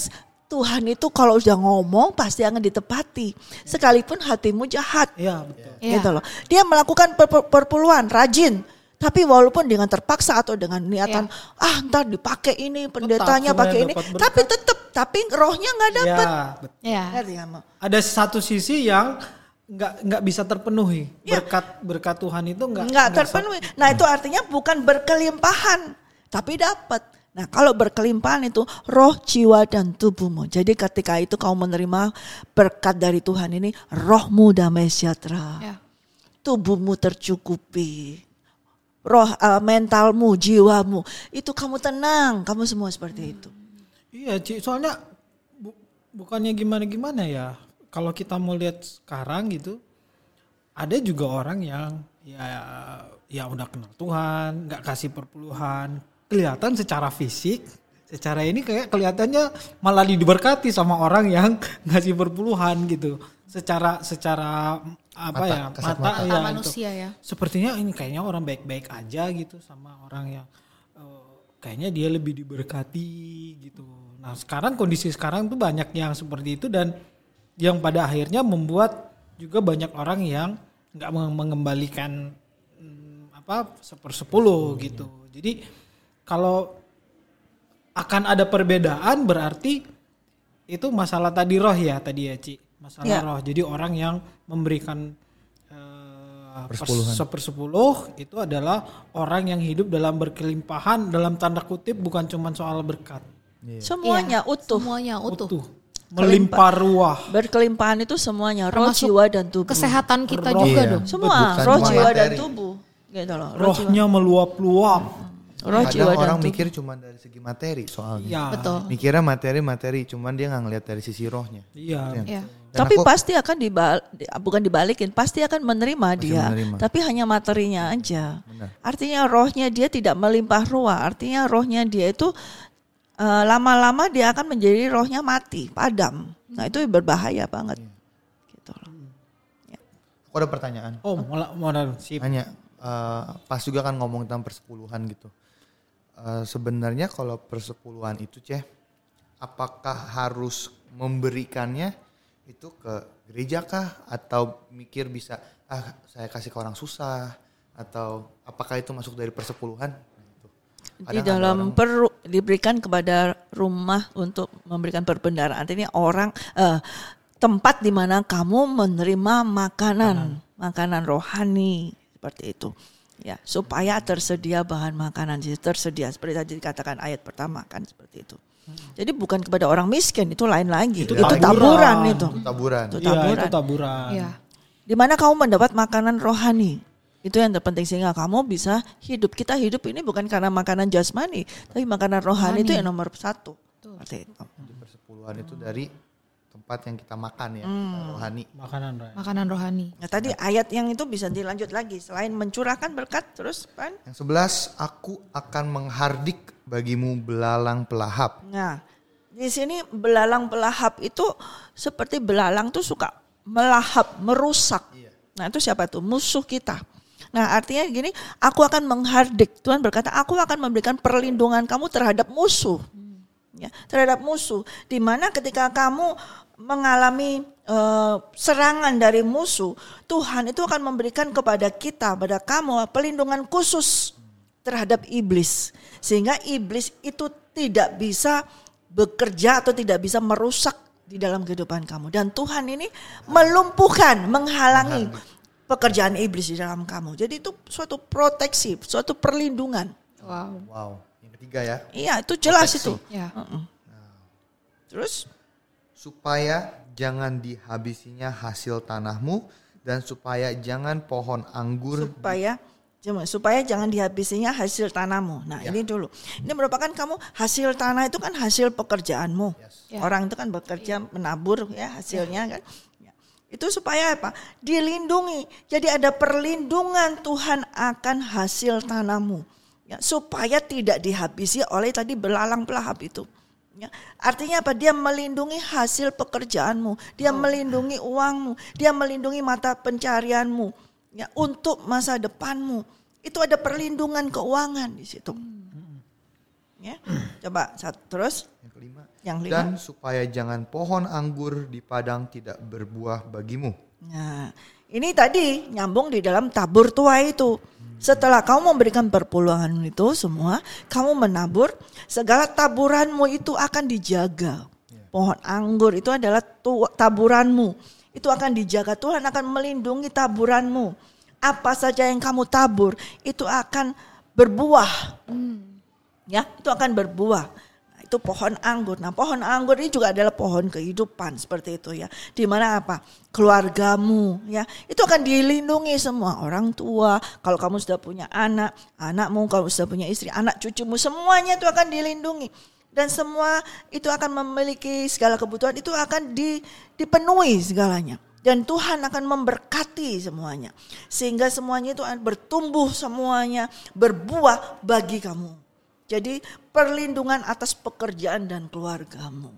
Tuhan itu kalau udah ngomong pasti akan ditepati. Sekalipun hatimu jahat. Iya, betul. Gitu loh. Dia melakukan perpuluhan, rajin. Tapi walaupun dengan terpaksa atau dengan niatan, ntar dipakai ini, pendetanya pakai ini. Tapi tapi rohnya nggak dapat. Ya, betul. Ya. Ngerti kamu? Ada satu sisi yang nggak bisa terpenuhi. Berkat Tuhan itu nggak terpenuhi. Nah itu artinya bukan berkelimpahan, tapi dapat. Nah kalau berkelimpahan itu roh, jiwa, dan tubuhmu. Jadi ketika itu kau menerima berkat dari Tuhan ini, rohmu damai sejahtera, tubuhmu tercukupi, roh, mentalmu, jiwamu, itu kamu tenang, kamu semua seperti itu. Iya, Ci, soalnya bukannya gimana-gimana ya. Kalau kita mau lihat sekarang gitu, ada juga orang yang ya udah kenal Tuhan, nggak kasih perpuluhan. Kelihatan secara fisik, secara ini kayak kelihatannya malah diberkati sama orang yang ngasih perpuluhan gitu. Secara mata ya, manusia ya. Sepertinya ini kayaknya orang baik-baik aja gitu sama orang yang kayaknya dia lebih diberkati gitu. Nah sekarang kondisi sekarang tuh banyak yang seperti itu dan yang pada akhirnya membuat juga banyak orang yang nggak mengembalikan 1/10 gitu. Jadi kalau akan ada perbedaan berarti itu masalah tadi roh ya Ci. Masalah roh. Jadi orang yang memberikan 1/10 itu adalah orang yang hidup dalam berkelimpahan, dalam tanda kutip bukan cuma soal berkat. Semuanya utuh. Semuanya utuh. Melimpah ruah. Berkelimpahan itu semuanya roh, jiwa, dan tubuh. Kesehatan kita juga dong. Semua roh, jiwa, dan tubuh. Gitu loh. Rohnya meluap-luap. Roh, jiwa, dan orang tubuh. Mikir cuma dari segi materi soalnya. Ya. Betul. Mikirnya materi, cuman dia nggak ngelihat dari sisi rohnya. Iya. Tapi pasti akan bukan dibalikin, pasti akan menerima dia. Menerima. Tapi hanya materinya aja. Benar. Artinya rohnya dia tidak melimpah ruah. Artinya rohnya dia itu lama-lama dia akan menjadi rohnya mati, padam. Nah itu berbahaya banget. Gitu loh. Ya. Aku ada pertanyaan. Oh, mau sip. Hanya pas juga kan ngomong tentang persepuluhan gitu. Sebenarnya kalau persepuluhan itu apakah harus memberikannya itu ke gereja kah atau mikir bisa saya kasih ke orang susah atau apakah itu masuk dari persepuluhan? Di dalam diberikan kepada rumah untuk memberikan perbendaharaan. Artinya orang tempat di mana kamu menerima makanan rohani seperti itu. Ya, supaya tersedia bahan makanan, tersedia seperti tadi dikatakan ayat pertama kan seperti itu. Jadi bukan kepada orang miskin, itu lain lagi. Itu taburan itu. Itu taburan. Itu taburan. Iya. Di mana kamu mendapat makanan rohani. Itu yang terpenting sehingga kamu bisa hidup. Kita hidup ini bukan karena makanan jasmani, tapi makanan rohani itu yang nomor 1. Seperti itu. Persepuluhan itu dari tempat yang kita makan ya, rohani. Makanan rohani. Nah tadi ayat yang itu bisa dilanjut lagi. Selain mencurahkan berkat, terus Pan? Yang 11, aku akan menghardik bagimu belalang pelahap. Nah di sini belalang pelahap itu seperti belalang tuh suka melahap, merusak. Nah itu siapa tuh? Musuh kita. Nah artinya gini, aku akan menghardik. Tuhan berkata, aku akan memberikan perlindungan kamu terhadap musuh. Ya, terhadap musuh. Dimana ketika kamu mengalami serangan dari musuh, Tuhan itu akan memberikan kepada kita, pada kamu pelindungan khusus terhadap iblis. Sehingga iblis itu tidak bisa bekerja atau tidak bisa merusak di dalam kehidupan kamu. Dan Tuhan ini melumpuhkan, menghalangi pekerjaan iblis di dalam kamu. Jadi itu suatu proteksi, suatu perlindungan. Wow. Yang ketiga ya. Iya, itu jelas proteksi. itu. Ya. Terus supaya jangan dihabisinya hasil tanahmu dan supaya jangan pohon anggur supaya jangan dihabisinya hasil tanahmu. Nah, ini dulu. Ini merupakan kamu hasil tanah itu kan hasil pekerjaanmu. Orang itu kan bekerja menabur ya hasilnya kan. Itu supaya apa? Dilindungi. Jadi ada perlindungan Tuhan akan hasil tanahmu. Ya, supaya tidak dihabisi oleh tadi belalang pelahap itu. Ya, artinya apa? Dia melindungi hasil pekerjaanmu. Dia melindungi uangmu. Dia melindungi mata pencarianmu. Ya, untuk masa depanmu. Itu ada perlindungan keuangan di situ. Ya. Coba terus. Yang kelima. Yang lima. Dan supaya jangan pohon anggur di padang tidak berbuah bagimu. Nah, ini tadi nyambung di dalam tabur tuai itu. Setelah kamu memberikan perpuluhan itu semua, kamu menabur, segala taburanmu itu akan dijaga. Pohon anggur itu adalah taburanmu. Itu akan dijaga, Tuhan akan melindungi taburanmu. Apa saja yang kamu tabur itu akan berbuah. Ya, itu akan berbuah. Itu pohon anggur. Nah, pohon anggur ini juga adalah pohon kehidupan seperti itu ya. Di mana apa? Keluargamu ya. Itu akan dilindungi semua, orang tua, kalau kamu sudah punya anak, anakmu, kalau sudah punya istri, anak cucumu, semuanya itu akan dilindungi. Dan semua itu akan memiliki segala kebutuhan, itu akan dipenuhi segalanya. Dan Tuhan akan memberkati semuanya. Sehingga semuanya itu akan bertumbuh semuanya, berbuah bagi kamu. Jadi perlindungan atas pekerjaan dan keluargamu.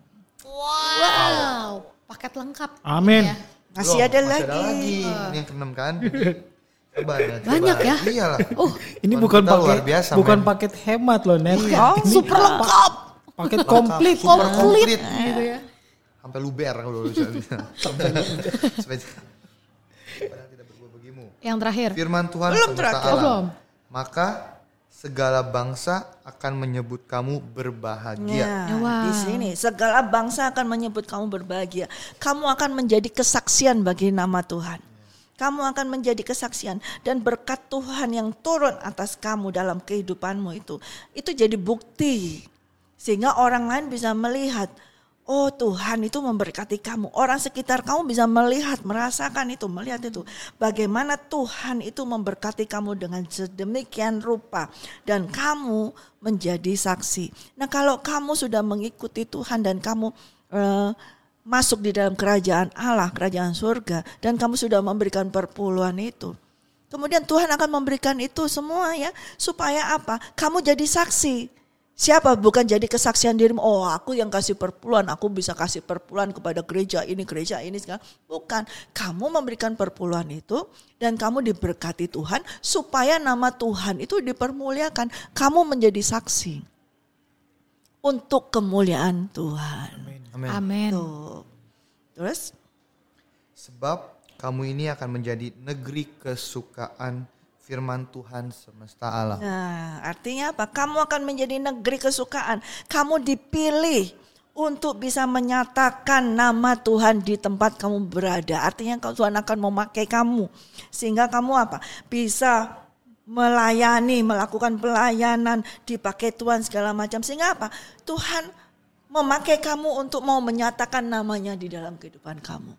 Wow, paket lengkap. Amin. Ya. Masih ada Masih lagi. Ini yang keenam kan? Coba. Banyak ya? Iyalah. Ini Tuhan bukan kita luar pakai biasa, bukan men. paket hemat loh, Net. Oh, Ini super lengkap. paket komplit. Super komplit. Gitu ya. Sampai luber kalau supaya tidak berbuah bagimu. Yang terakhir. Firman Tuhan Belum semesta terakhir. alam. Belum. Maka segala bangsa akan menyebut kamu berbahagia. Ya, Wah. di sini segala bangsa akan menyebut kamu berbahagia. Kamu akan menjadi kesaksian bagi nama Tuhan. Kamu akan menjadi kesaksian dan berkat Tuhan yang turun atas kamu dalam kehidupanmu itu jadi bukti. Sehingga orang lain bisa melihat, oh Tuhan itu memberkati kamu. Orang sekitar kamu bisa melihat, merasakan itu, melihat itu. Bagaimana Tuhan itu memberkati kamu dengan sedemikian rupa. Dan kamu menjadi saksi. Nah kalau kamu sudah mengikuti Tuhan dan kamu masuk di dalam kerajaan Allah, kerajaan surga. Dan kamu sudah memberikan perpuluhan itu. Kemudian Tuhan akan memberikan itu semua ya. Supaya apa? Kamu jadi saksi. Siapa? Bukan jadi kesaksian dirimu. Oh aku yang kasih perpuluhan. Aku bisa kasih perpuluhan kepada gereja ini segala. Bukan. Kamu memberikan perpuluhan itu. Dan kamu diberkati Tuhan. Supaya nama Tuhan itu dipermuliakan. Kamu menjadi saksi. Untuk kemuliaan Tuhan. Amin. Amin. Tuh. Terus? Sebab kamu ini akan menjadi negeri kesukaan firman Tuhan semesta alam. Nah, artinya apa? Kamu akan menjadi negeri kesukaan. Kamu dipilih untuk bisa menyatakan nama Tuhan di tempat kamu berada. Artinya Tuhan akan memakai kamu. Sehingga kamu apa? Bisa melayani, melakukan pelayanan, dipakai Tuhan segala macam. Sehingga apa? Tuhan memakai kamu untuk mau menyatakan namanya di dalam kehidupan kamu.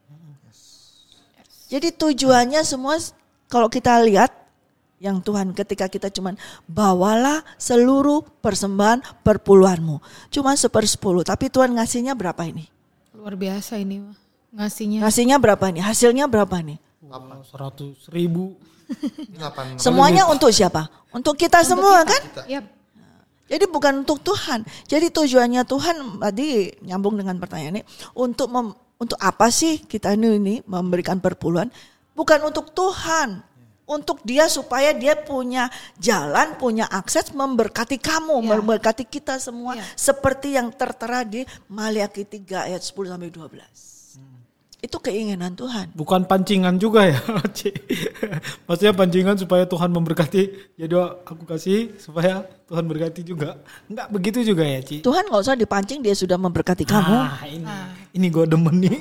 Jadi tujuannya semua kalau kita lihat yang Tuhan ketika kita cuman bawalah seluruh persembahan perpuluhanmu. Cuman 1/10 tapi Tuhan ngasihnya berapa ini? Luar biasa ini mah. Ngasihnya. Ngasihnya berapa nih? Hasilnya berapa nih? 100.000. Ini 8 Semuanya untuk siapa? Untuk kita semua kan? Yap. Jadi bukan untuk Tuhan. Jadi tujuannya Tuhan tadi nyambung dengan pertanyaan ini untuk apa sih kita ini memberikan perpuluhan? Bukan untuk Tuhan. Untuk dia supaya dia punya jalan, punya akses memberkati kamu, memberkati kita semua. Seperti yang tertera di Maliaki 3 ayat 10 sampai 12. Itu keinginan Tuhan. Bukan pancingan juga ya, Ci. Maksudnya pancingan supaya Tuhan memberkati. Jadi aku kasih supaya Tuhan berkati juga. Enggak begitu juga ya, Ci. Tuhan gak usah dipancing, dia sudah memberkati kamu. Ini gue demen nih.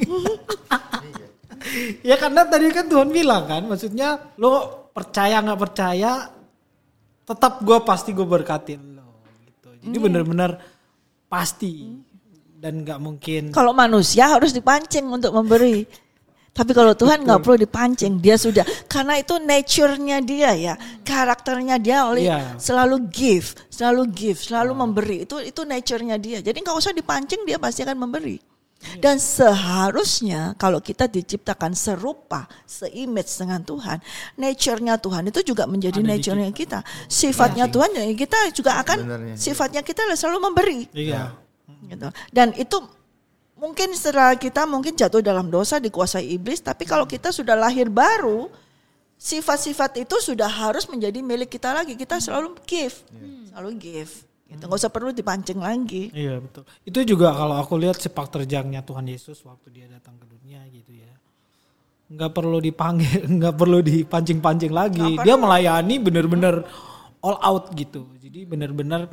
Ya karena tadi kan Tuhan bilang kan, maksudnya lo percaya gak percaya, tetap pasti gue berkatin lo. Gitu. Jadi benar-benar pasti. Dan gak mungkin. Kalau manusia harus dipancing untuk memberi. Tapi kalau Tuhan gak perlu dipancing, dia sudah. Karena itu nature-nya dia ya. Karakternya dia selalu give, selalu memberi. Itu nature-nya dia. Jadi gak usah dipancing, dia pasti akan memberi. Dan seharusnya kalau kita diciptakan serupa, se-image dengan Tuhan, nature-nya Tuhan itu juga menjadi nature-nya kita. Sifatnya Tuhan kita juga akan, sifatnya kita selalu memberi. Iya. Gitu. Dan itu mungkin setelah kita mungkin jatuh dalam dosa, dikuasai iblis, tapi kalau kita sudah lahir baru, sifat-sifat itu sudah harus menjadi milik kita lagi. Kita selalu give, Gitu. Nggak usah perlu dipancing lagi. Iya betul. Itu juga kalau aku lihat sepak terjangnya Tuhan Yesus waktu dia datang ke dunia gitu ya. Nggak perlu dipanggil, nggak perlu dipancing-pancing lagi. Dia melayani benar-benar all out gitu. Jadi benar-benar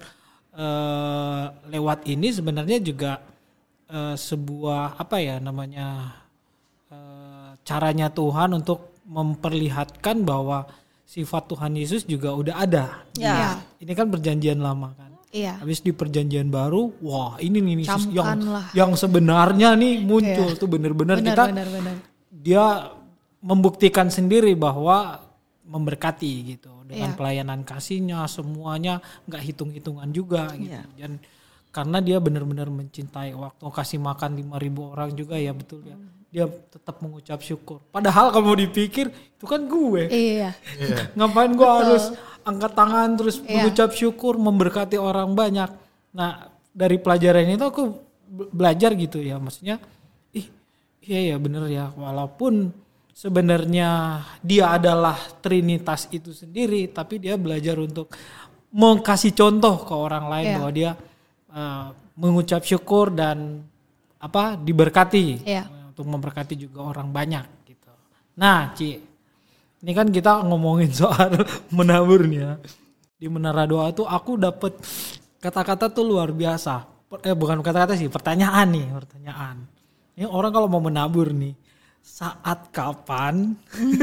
lewat ini sebenarnya juga sebuah apa ya namanya caranya Tuhan untuk memperlihatkan bahwa sifat Tuhan Yesus juga udah ada. Ya. Ini kan perjanjian lama kan. Iya. Habis di perjanjian baru, wah ini nih Yesus Camkanlah. yang sebenarnya nih muncul tuh benar-benar kita dia membuktikan sendiri bahwa memberkati gitu dengan pelayanan kasihnya semuanya nggak hitung-hitungan juga gitu. Dan karena dia benar-benar mencintai waktu kasih makan 5.000 orang juga ya betul ya. Dia tetap mengucap syukur. Padahal kalau dipikir itu kan gue. Iya. Ngapain gue harus angkat tangan terus mengucap syukur memberkati orang banyak. Nah dari pelajaran itu aku belajar gitu ya. Maksudnya iya ya bener ya. Walaupun sebenarnya dia adalah Trinitas itu sendiri. Tapi dia belajar untuk mengkasih contoh ke orang lain bahwa dia mengucap syukur dan diberkati. Untuk memberkati juga orang banyak gitu. Nah Ci, ini kan kita ngomongin soal menabur nih ya. Di Menara Doa tuh aku dapet kata-kata tuh luar biasa. Bukan kata-kata sih, pertanyaan. Ini orang kalau mau menabur nih, saat kapan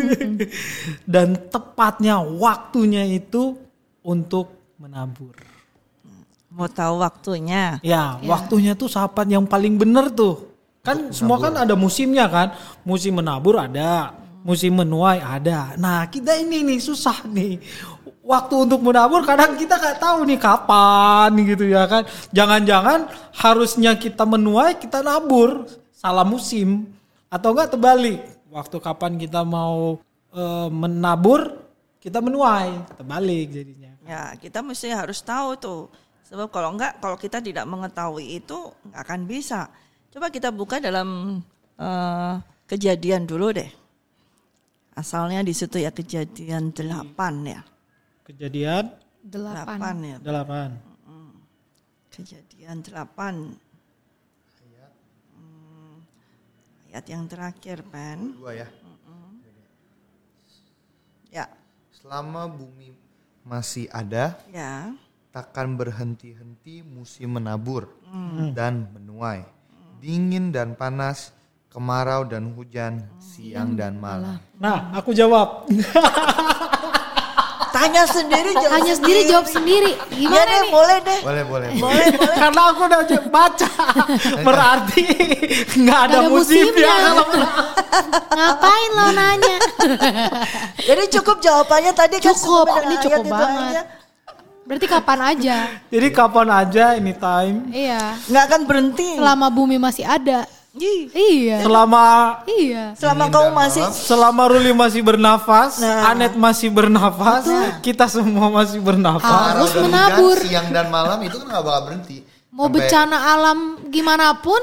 dan tepatnya waktunya itu untuk menabur. Mau tahu waktunya? Ya, waktunya tuh saat yang paling benar tuh. Kan semua kan ada musimnya kan. Musim menabur ada, musim menuai ada. Nah kita ini nih susah nih. Waktu untuk menabur kadang kita gak tahu nih kapan gitu ya kan. Jangan-jangan harusnya kita menuai kita nabur. Salah musim. Atau enggak terbalik. Waktu kapan kita mau menabur kita menuai. Terbalik jadinya. Ya kita mesti harus tahu tuh. Sebab kalau kita tidak mengetahui itu gak akan bisa. Coba kita buka dalam Kejadian dulu deh. Asalnya di situ ya Kejadian 8 ya. Kejadian 8 ya. 8. Kejadian 8. Ayat yang terakhir, Pen. 2 ya. Ya. Selama bumi masih ada, takkan berhenti-henti musim menabur dan menuai. Dingin dan panas, kemarau dan hujan, siang dan malam. Nah, aku jawab. Tanya sendiri, jawab sendiri. Gimana deh, nih? Boleh deh. Boleh. Karena aku udah baca. Berarti nggak ada musimnya. Ngapain lo nanya? Jadi cukup jawabannya tadi kan. Cukup, ini cukup banget. Berarti kapan aja? Jadi kapan aja, anytime. Iya. Nggak akan berhenti. Selama bumi masih ada. Iya. Selama kamu masih. Selama Ruli masih bernafas, Anet masih bernafas, kita semua masih bernafas. Harus menabur. Hujan, siang dan malam itu kan nggak bakal berhenti. Mau bencana alam gimana pun.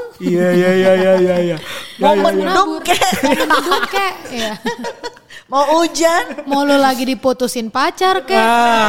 Iya. Mau mendung kek. Iya. Mau hujan. Mau lu lagi diputusin pacar kek.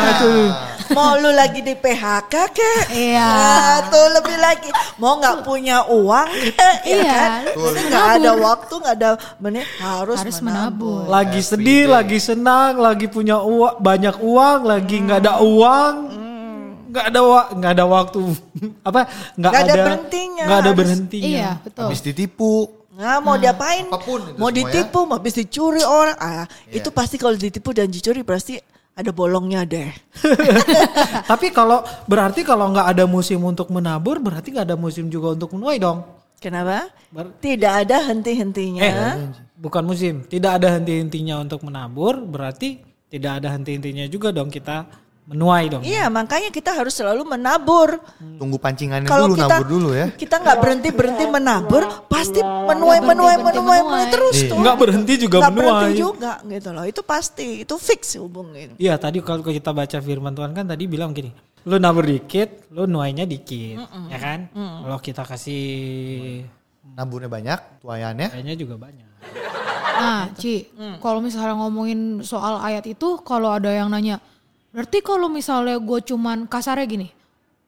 Mau lu lagi di PHK kek. Iya. Tuh lebih lagi. Mau gak punya uang kek. Iya. Kan? Gak ada waktu, gak ada menit. Harus menabur. Lagi sedih, lagi senang, lagi punya uang, banyak uang, lagi gak ada uang. Gak ada waktu. Gak ada berhentinya. Gak ada berhentinya. Iya, betul. Habis ditipu. Nah, mau diapain? Apapun itu mau ditipu, mau habis dicuri orang. Itu pasti kalau ditipu dan dicuri pasti ada bolongnya deh. Tapi berarti kalau nggak ada musim untuk menabur, berarti nggak ada musim juga untuk menuai dong. Kenapa? Tidak ada henti-hentinya. Bukan musim. Tidak ada henti-hentinya untuk menabur, berarti tidak ada henti-hentinya juga dong kita menuai dong. Iya, makanya kita harus selalu menabur. Tunggu pancingannya Kalau dulu, nabur dulu ya. Kita nggak berhenti menabur, pasti menuai terus tuh. Nggak berhenti juga nggak menuai. Berhenti juga gitu loh. Itu pasti, itu fix hubungin. Iya, tadi kalau kita baca firman Tuhan kan tadi bilang gini, lu nabur dikit, lu nuainya dikit, ya kan? Kalau kita kasih naburnya banyak, tuayannya kayaknya juga banyak. Nah, Ci, kalau misalnya ngomongin soal ayat itu, kalau ada yang nanya, berarti kalau misalnya gue cuman kasarnya gini,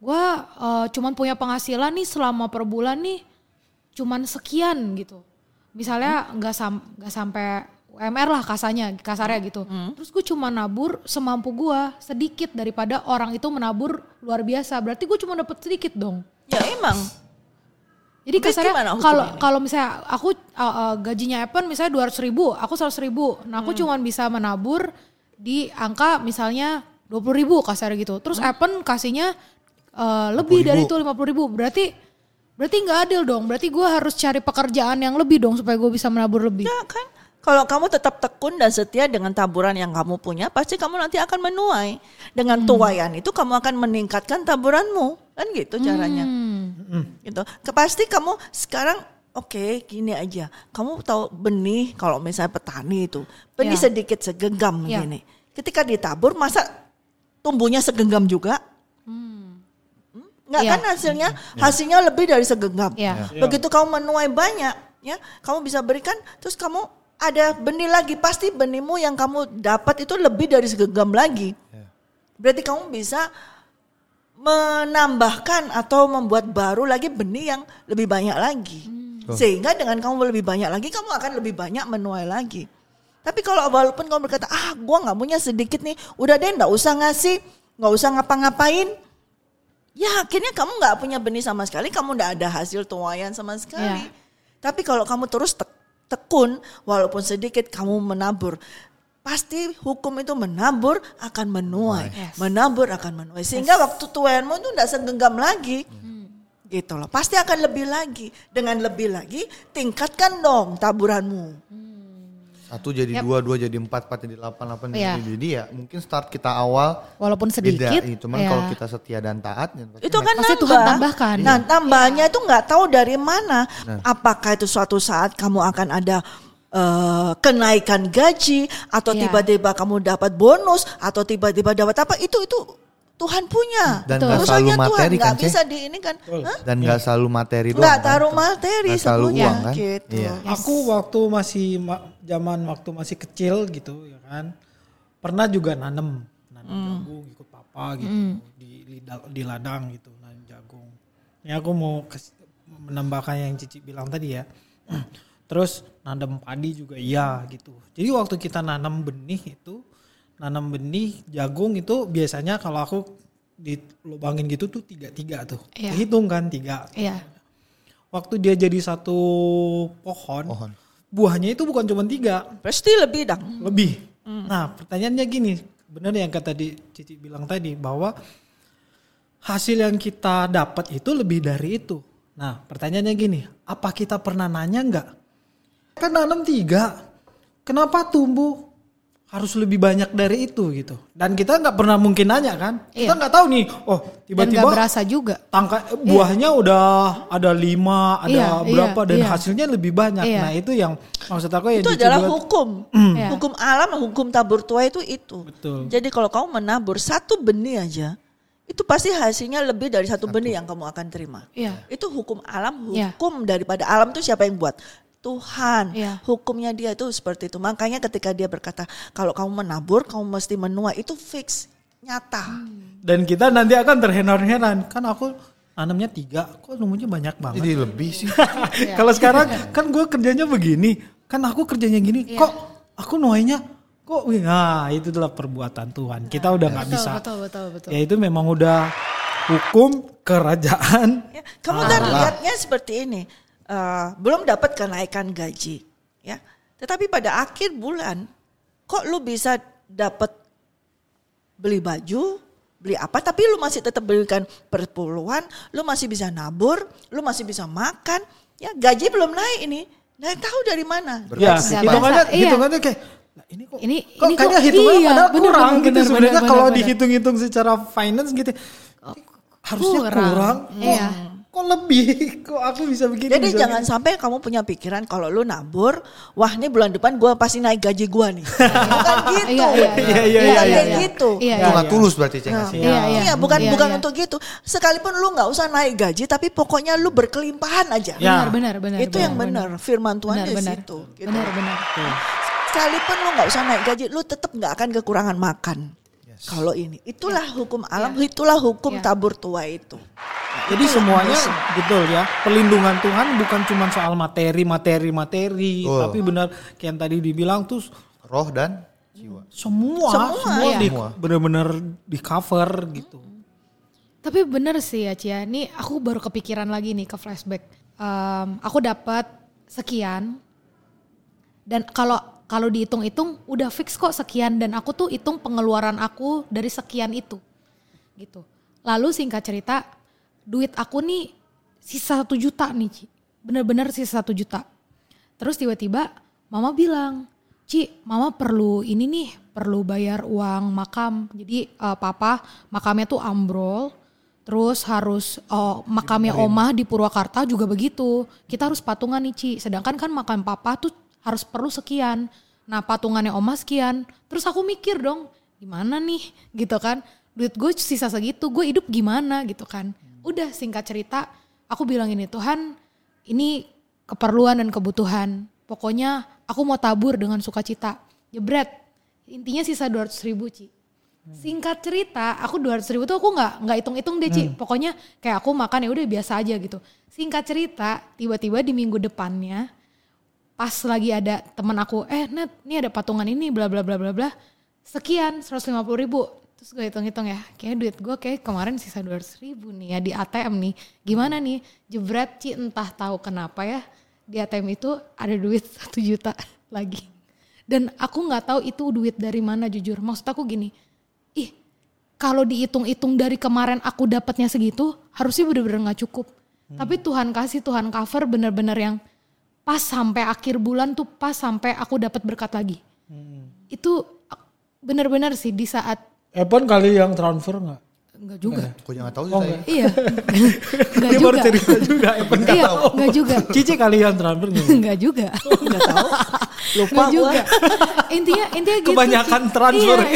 gue cuman punya penghasilan nih selama per bulan nih cuman sekian gitu. Misalnya nggak sampai UMR lah kasarnya gitu. Terus gue cuma nabur semampu gue, sedikit daripada orang itu menabur luar biasa. Berarti gue cuma dapat sedikit dong. Ya emang. Jadi Terus kasarnya gimana hukumnya? kalau misalnya aku gajinya Evan misalnya 200.000, aku 100.000. Nah aku cuma bisa menabur di angka misalnya 20.000 kasarnya gitu. Terus Evan kasihnya lebih dari itu 50.000. Berarti nggak adil dong. Berarti gue harus cari pekerjaan yang lebih dong supaya gue bisa menabur lebih. Ya kan? Kalau kamu tetap tekun dan setia dengan taburan yang kamu punya, pasti kamu nanti akan menuai. Dengan tuaian itu kamu akan meningkatkan taburanmu. Kan gitu caranya. Gitu. Pasti kamu sekarang oke, gini aja. Kamu tahu benih kalau misalnya petani itu. Benih sedikit segenggam gini. Ketika ditabur masa tumbuhnya segenggam juga? Enggak kan hasilnya lebih dari segenggam. Begitu kamu menuai banyak, ya, kamu bisa berikan, terus kamu ada benih lagi, pasti benihmu yang kamu dapat itu lebih dari segenggam lagi. Berarti kamu bisa menambahkan atau membuat baru lagi benih yang lebih banyak lagi. Sehingga dengan kamu lebih banyak lagi, kamu akan lebih banyak menuai lagi. Tapi kalau walaupun kamu berkata, gua gak punya sedikit nih, udah deh gak usah ngasih, gak usah ngapa-ngapain. Ya akhirnya kamu gak punya benih sama sekali, kamu gak ada hasil tuaian sama sekali. Tapi kalau kamu terus tekun, walaupun sedikit kamu menabur, pasti hukum itu menabur akan menuai, menabur akan menuai. Sehingga waktu tuaianmu itu tidak segenggam lagi, gitu loh. Pasti akan lebih lagi. Dengan lebih lagi, tingkatkan dong taburanmu. 1 jadi 2, 2 jadi 4, 4 jadi 8, 8 jadi ya mungkin start kita awal walaupun sedikit. Beda, cuman kalau kita setia dan taat, itu kan pasti Tuhan tambahkan. Nah tambahnya itu nggak tahu dari mana. Apakah itu suatu saat kamu akan ada kenaikan gaji atau tiba-tiba kamu dapat bonus atau tiba-tiba dapat apa, itu Tuhan punya. Dan gak selalu materi kan, gak bisa di ini kan. Dan gak selalu materi doang. Gak taruh materi, gak selalu uang kan. Gitu. Iya. Aku waktu waktu masih kecil gitu ya kan, pernah juga nanam jagung ikut papa gitu di ladang gitu, nanam jagung. Ini aku mau menambahkan yang Cici bilang tadi ya. Terus nanam padi juga iya gitu. Jadi waktu kita nanam benih jagung itu biasanya kalau aku dilubangin gitu tuh 3 tuh. Hitung kan 3. Waktu dia jadi satu pohon. Buahnya itu bukan cuma 3. Pasti lebih dong. Lebih. Nah pertanyaannya gini, benar yang kata Cici bilang tadi bahwa hasil yang kita dapat itu lebih dari itu. Nah pertanyaannya gini, apa kita pernah nanya enggak? Kan nanam 3, kenapa tumbuh harus lebih banyak dari itu gitu. Dan kita nggak pernah mungkin nanya kan. Kita nggak tahu nih, tiba-tiba nggak berasa juga. Buahnya udah ada 5, ada berapa dan hasilnya lebih banyak. Nah itu yang maksud aku ya. Itu adalah hukum. Hukum alam, hukum tabur tuai itu. Betul. Jadi kalau kamu menabur 1 benih aja, itu pasti hasilnya lebih dari 1 benih yang kamu akan terima. Itu hukum alam, hukum daripada alam itu siapa yang buat? Tuhan, hukumnya dia itu seperti itu. Makanya ketika dia berkata, kalau kamu menabur, kamu mesti menuai, itu fix, nyata. Dan kita nanti akan terheran-heran, kan aku nanamnya 3, kok numbuhnya banyak banget. Jadi lebih sih. Kalau sekarang kan gue kerjanya begini, kan aku kerjanya gini, kok aku nuainya kok, nah itu adalah perbuatan Tuhan. Kita udah nggak bisa. Betul. Ya itu memang udah hukum kerajaan. Kamu kan lihatnya seperti ini. Belum dapat kenaikan gaji, ya. Tetapi pada akhir bulan, kok lu bisa dapat beli baju, beli apa? Tapi lu masih tetap berikan perpuluhan, lu masih bisa nabur, lu masih bisa makan, ya. Gaji belum naik ini, naik tahu dari mana? Ya, hitungannya kayak, nah ini kok kayaknya hitungannya padahal kurang gitu sebenarnya kalau dihitung-hitung secara finance gitu, harusnya kurang. Kok lebih? Kok aku bisa begini? Jadi jangan sampai kamu punya pikiran kalau lu nabur, wah ini bulan depan gue pasti naik gaji gue nih. Bukan gitu. Iya gitu. Itu nggak tulus berarti ceng. Iya, bukan untuk gitu. Sekalipun lu nggak usah naik gaji, tapi pokoknya lu berkelimpahan aja. Benar. Itu yang benar. Firman Tuhan di situ. Benar. Sekalipun lu nggak usah naik gaji, lu tetap nggak akan kekurangan makan. Kalau ini, itulah hukum alam, itulah hukum tabur tuai itu. Jadi semuanya betul ya. Pelindungan Tuhan bukan cuma soal materi, tapi benar kayak yang tadi dibilang tuh roh dan jiwa. Semua benar-benar di cover gitu. Tapi bener sih ya Cia, nih aku baru kepikiran lagi nih ke flashback. Aku dapat sekian dan kalau dihitung-hitung udah fix kok sekian dan aku tuh hitung pengeluaran aku dari sekian itu gitu. Lalu singkat cerita duit aku nih sisa 1 juta nih Ci, bener-bener sisa 1 juta. Terus tiba-tiba mama bilang, Ci mama perlu ini nih, perlu bayar uang makam. Jadi papa makamnya tuh ambrol, terus harus makamnya omah di Purwakarta juga begitu. Kita harus patungan nih Ci, sedangkan kan makam papa tuh harus perlu sekian. Nah patungannya omah sekian. Terus aku mikir dong gimana nih gitu kan. Duit gue sisa segitu, gue hidup gimana gitu kan. Udah singkat cerita aku bilang ini, Tuhan ini keperluan dan kebutuhan. Pokoknya aku mau tabur dengan sukacita. Jebret, intinya sisa 200.000 Ci. Singkat cerita aku 200.000 tuh aku gak hitung-hitung deh Ci. Pokoknya kayak aku makan ya udah biasa aja gitu. Singkat cerita tiba-tiba di minggu depannya pas lagi ada teman aku, Net, ini ada patungan ini, bla bla bla bla bla, sekian 150.000. Terus gue hitung-hitung ya, kayak duit gue kayak kemarin sisa 200.000 nih ya di ATM nih. Gimana nih, jebret Ci entah tahu kenapa ya di ATM itu ada duit 1 juta lagi. Dan aku nggak tahu itu duit dari mana jujur. Maksud aku gini, kalau dihitung-hitung dari kemarin aku dapatnya segitu, harusnya bener-bener nggak cukup. Tapi Tuhan kasih, Tuhan cover bener-bener yang pas sampai akhir bulan tuh pas sampai aku dapat berkat lagi. Itu benar-benar sih di saat Evan kali yang transfer nggak? Enggak juga. Kok jangan tahu sih saya. Iya. Enggak Dia juga. baru cerita juga. Evan nggak Iya, tahu. enggak juga. Cici kali yang transfer nggak? Enggak juga. Nggak tahu. Lupa Enggak gue. juga. Intinya gitu. Kebanyakan Ci. transfer. Iya.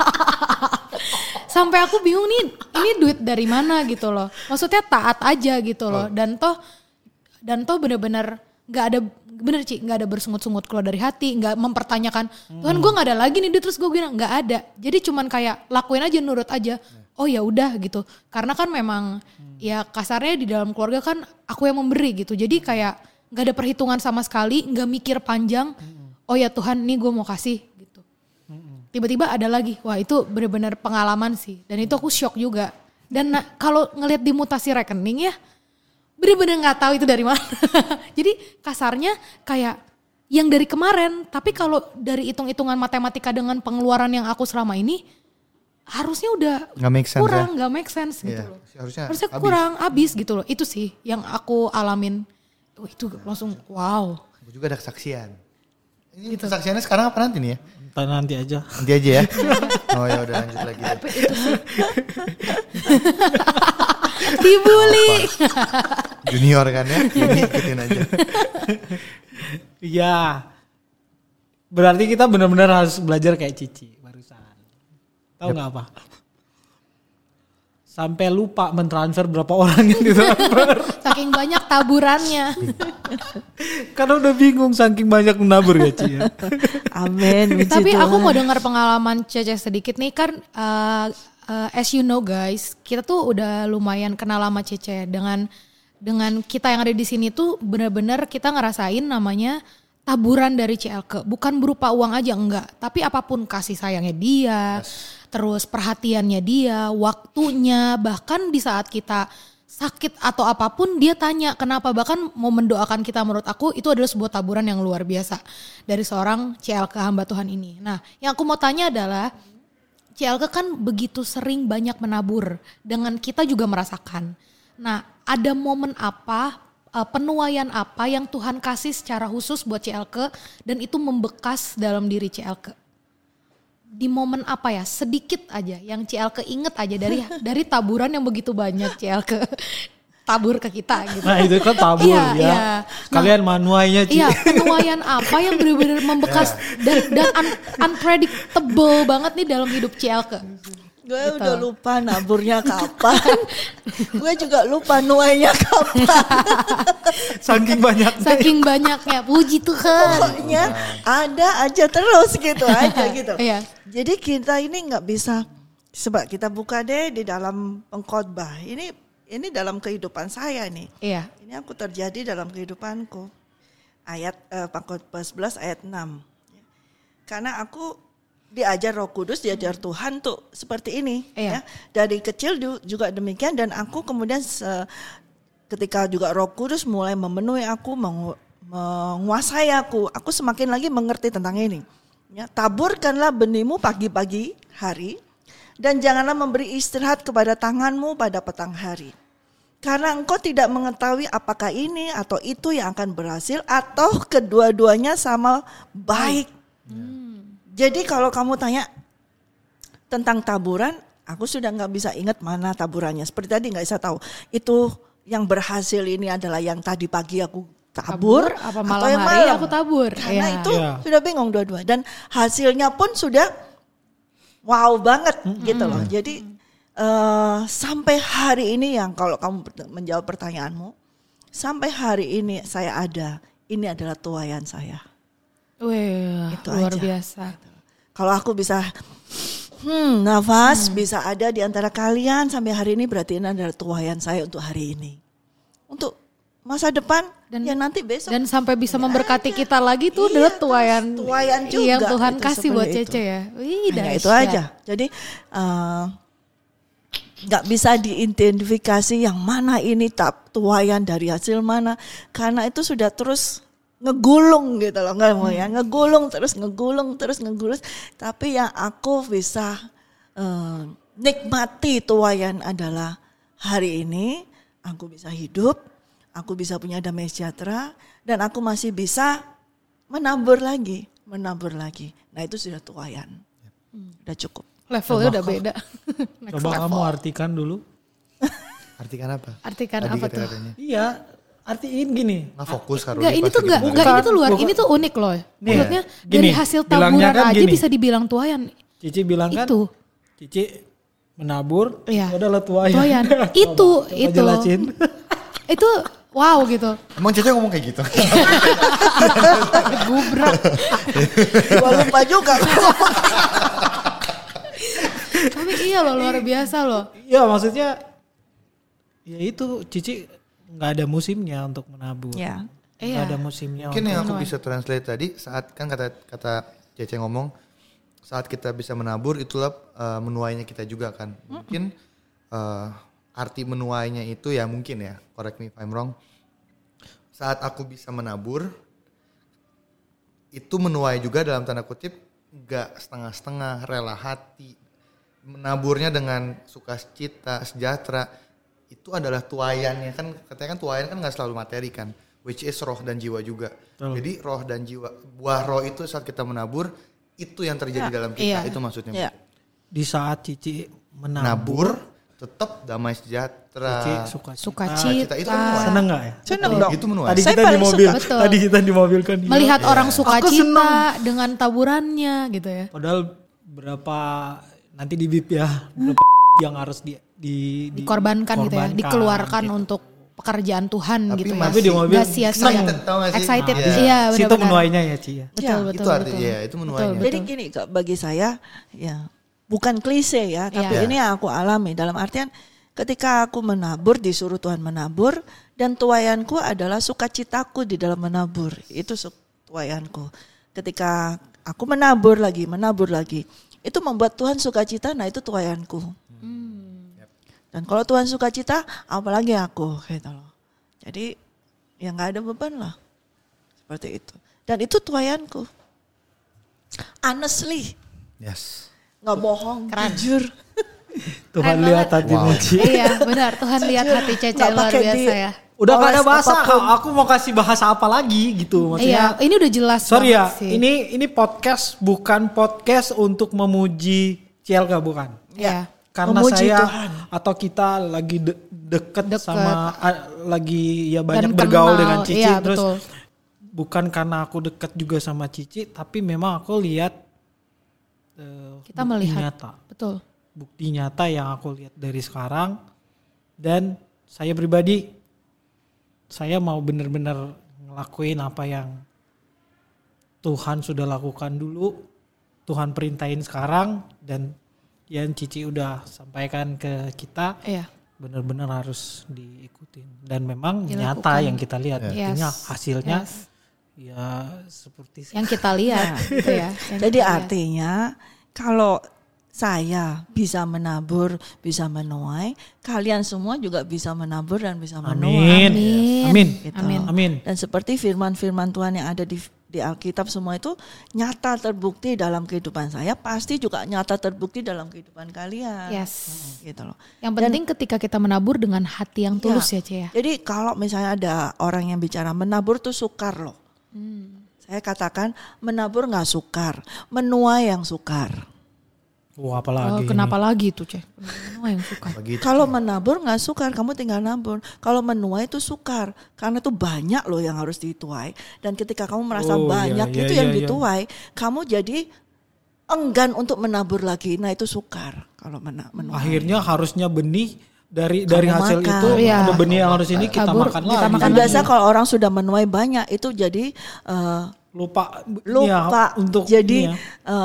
Sampai aku bingung nih, ini duit dari mana gitu loh. Maksudnya taat aja gitu loh. Dan toh bener-bener nggak ada, bener Ci, nggak ada bersungut-sungut keluar dari hati, nggak mempertanyakan Tuhan gue nggak ada lagi nih duit, terus gue bilang nggak ada. Jadi cuman kayak lakuin aja, nurut aja. Oh ya udah gitu. Karena kan memang ya kasarnya di dalam keluarga kan aku yang memberi gitu. Jadi kayak nggak ada perhitungan sama sekali, nggak mikir panjang. Oh ya Tuhan, nih gue mau kasih gitu. Tiba-tiba ada lagi, wah itu benar-benar pengalaman sih. Dan itu aku shock juga. Dan kalau ngelihat di mutasi rekening ya, bener-bener nggak tahu itu dari mana. Jadi kasarnya kayak yang dari kemarin, tapi kalau dari hitung-hitungan matematika dengan pengeluaran yang aku selama ini, harusnya udah Nggak make sense kurang, ya? nggak make sense gitu Iya, loh. harusnya Kurang, abis gitu loh. Itu sih yang aku alamin. Itu langsung wow. Aku juga ada kesaksian. Ini kesaksiannya sekarang apa nanti nih ya? Nanti aja. Nanti aja ya. Oh ya udah lanjut lagi. Itu sih. Dibully. Junior kan ya, ini ikutin aja. Iya. Berarti kita benar-benar harus belajar kayak Cici barusan. Tahu nggak apa? Sampai lupa mentransfer berapa orang yang ditransfer. Saking banyak taburannya. Karena udah bingung saking banyak menabur ya Ci. Ya? Amin. Tapi aku mau dengar pengalaman Cece sedikit nih kan. As you know guys, kita tuh udah lumayan kenal sama Cece. Dengan kita yang ada di sini tuh benar-benar kita ngerasain namanya taburan dari CLK. Bukan berupa uang aja, enggak. Tapi apapun kasih sayangnya dia, terus perhatiannya dia, waktunya. Bahkan di saat kita sakit atau apapun dia tanya kenapa. Bahkan mau mendoakan kita, menurut aku itu adalah sebuah taburan yang luar biasa. Dari seorang CLK hamba Tuhan ini. Nah yang aku mau tanya adalah CLK kan begitu sering banyak menabur. Dengan kita juga merasakan. Nah ada momen apa, penuaian apa yang Tuhan kasih secara khusus buat CLK dan itu membekas dalam diri CLK? Di momen apa ya, sedikit aja yang CLK inget aja dari taburan yang begitu banyak CLK tabur ke kita gitu. Nah itu kan tabur Iya, ya. iya. Kalian manuainya Ci. Iya, penuaian apa yang benar-benar membekas dan unpredictable banget nih dalam hidup CLK. Gue udah lupa naburnya kapan. Gue juga lupa nuainya kapan. Saking banyaknya. Saking banyaknya, puji Tuhan. Pokoknya ada aja terus gitu aja gitu. Iya. Jadi kita ini nggak bisa Coba kita buka deh di dalam Pengkhotbah. Ini dalam kehidupan saya nih. Iya. Ini aku terjadi dalam kehidupanku. Ayat Pengkhotbah 11 ayat 6. Karena aku diajar Roh Kudus, diajar Tuhan tuh seperti ini. Iya. Ya. Dari kecil juga demikian dan aku kemudian ketika juga Roh Kudus mulai memenuhi aku, menguasai aku semakin lagi mengerti tentang ini. Ya, taburkanlah benihmu pagi-pagi hari dan janganlah memberi istirahat kepada tanganmu pada petang hari. Karena engkau tidak mengetahui apakah ini atau itu yang akan berhasil atau kedua-duanya sama baik. Jadi kalau kamu tanya tentang taburan, aku sudah gak bisa ingat mana taburannya. Seperti tadi gak bisa tahu itu yang berhasil ini adalah yang tadi pagi aku tabur apa atau malam yang hari malam. aku tabur. Karena Iya. itu sudah bingung dua-dua dan hasilnya pun sudah wow banget gitu loh. Jadi sampai hari ini yang kalau kamu menjawab pertanyaanmu, sampai hari ini saya ada, ini adalah tuaian saya. Wih, Itu luar aja. biasa. Kalau aku bisa nafas bisa ada di antara kalian sampai hari ini, berarti ini adalah tuaian saya untuk hari ini. Untuk masa depan Dan- ya nanti besok. Dan sampai bisa memberkati kita lagi tuh adalah tuayan juga yang Tuhan itu, kasih buat seperti itu. Cece ya. Wih, Hanya dahsyat. itu aja. Jadi nggak bisa diidentifikasi yang mana ini tuaian dari hasil mana, karena itu sudah terus ngegulung gitu loh, nggak mau ya, ngegulung. Tapi yang aku bisa nikmati tuaian adalah hari ini aku bisa hidup, aku bisa punya damai sejahtera, dan aku masih bisa menabur lagi. Nah itu sudah tuaian, udah cukup. Levelnya udah beda. Coba kamu artikan dulu. Artikan apa? Artikan Tadi apa tuh? kata-katanya. Iya, artiin gini. Nggak fokus Karoli. Enggak, ini pas tuh lagi enggak dengerin. ini tuh luar, Bukan. ini tuh unik loh. Maksudnya gini, dari hasil bilangnya taburan kan aja gini. bisa dibilang tuayan. Cici bilang kan, Itu. Cici menabur, Iya. itu adalah tuayan. Tuayan. Coba Itu. jelasin. Itu wow gitu. Emang Cece ngomong kayak gitu? Gubrak. Gua lupa juga. Tapi iya loh, luar biasa loh. Iya maksudnya, ya itu Cici nggak ada musimnya untuk menabur. Ya. Nggak Iya. ada musimnya. Mungkin yang aku menuai. bisa translate tadi saat kan kata Cece ngomong saat kita bisa menabur itulah menuainya kita juga kan. Mungkin arti menuainya itu ya mungkin ya, correct me if I'm wrong. Saat aku bisa menabur itu menuai juga dalam tanda kutip, gak setengah-setengah, rela hati. Menaburnya dengan sukacita, sejahtera, itu adalah tuaiannya kan. Katanya kan tuaian kan gak selalu materi kan, which is roh dan jiwa juga. Jadi roh dan jiwa, buah roh itu saat kita menabur itu yang terjadi dalam kita. Iya. Itu maksudnya. Ya. Di saat Cici Menabur tetap damai sejahtera. Cici suka Cita itu kan Sukacita. menuai. seneng nggak ya? Seneng dong. Itu menuai. Tadi Saya kita di paling mobil, suka. Betul. tadi kita di mobil kan. iya. Melihat orang Aku sukacita seneng. dengan taburannya gitu ya. Padahal berapa nanti di bip ya, berapa yang harus Dikorbankan gitu ya, dikeluarkan gitu. untuk pekerjaan Tuhan Tapi gitu ya. masih- di mobil Gak sia-sia. excited, tau gak sih? Excited. Iya. Iya, Situ benar-benar. menuainya ya Ci ya. Betul, betul, itu artinya betul. ya, itu menuainya. Betul. Jadi gini Kak, bagi saya ya bukan klise ya, tapi Iya. ini yang aku alami dalam artian ketika aku menabur, disuruh Tuhan menabur, dan tuaianku adalah sukacitaku di dalam menabur. Itu tuaianku. Ketika aku menabur lagi, itu membuat Tuhan sukacita, nah itu tuaianku. Dan kalau Tuhan sukacita, apalagi aku gitu loh. Jadi ya nggak ada beban lah, seperti itu. Dan itu tuaianku. Honestly, Yes. nggak bohong, jujur. Tuhan Keren lihat banget. hatimu Ci. Iya benar, Tuhan lihat hati Cece Nggak luar pakai biasa ya. Udah gak ada oles bahasa, apapun. aku mau kasih bahasa apa lagi gitu maksudnya. Iya, ini udah jelas Sorry ya, banget sih. ini podcast bukan podcast untuk memuji Cielka bukan. Iya. Karena Memuji saya Tuhan. atau kita lagi deket Deket. sama lagi ya banyak Dan bergaul kenal, dengan Cici iya, terus betul. bukan karena aku deket juga sama Cici tapi memang aku lihat Kita bukti melihat. nyata. Betul. Bukti nyata yang aku lihat dari sekarang dan saya pribadi saya mau benar-benar ngelakuin apa yang Tuhan sudah lakukan dulu, Tuhan perintahin sekarang dan yang Cici udah sampaikan ke kita Iya. benar-benar harus diikutin dan memang Dilakukan. nyata yang kita lihat. Artinya Yes. hasilnya Yes. ya seperti Yang kita lihat gitu ya. Yang Jadi kita lihat. artinya kalau saya bisa menabur, bisa menuai, kalian semua juga bisa menabur dan bisa menuai. Amin. Amin. Gitu. Amin. Dan seperti firman-firman Tuhan yang ada di Alkitab semua itu nyata terbukti dalam kehidupan saya, pasti juga nyata terbukti dalam kehidupan kalian. Yes. Gitu loh. Yang penting ketika kita menabur dengan hati yang tulus ya, Ce ya. Jadi kalau misalnya ada orang yang bicara menabur tuh sukar loh. Saya katakan menabur nggak sukar, menuai yang sukar. Wah, apalagi. Kenapa lagi tuh, Ce? Menuai yang suka. Begitu. Kalau menabur nggak sukar, kamu tinggal nabur. Kalau menuai itu sukar, karena itu banyak loh yang harus dituai. Dan ketika kamu merasa Oh, banyak iya, itu iya, yang iya. dituai, kamu jadi enggan untuk menabur lagi. Nah itu sukar kalau menuai. Akhirnya harusnya benih dari Kamu hasil makan. itu Iya. ada benih yang harus ini kita Tabur, makan kita lagi. makan Kan lagi. biasa kalau orang sudah menuai banyak itu jadi lupa lupa. untuk Jadi ini ya.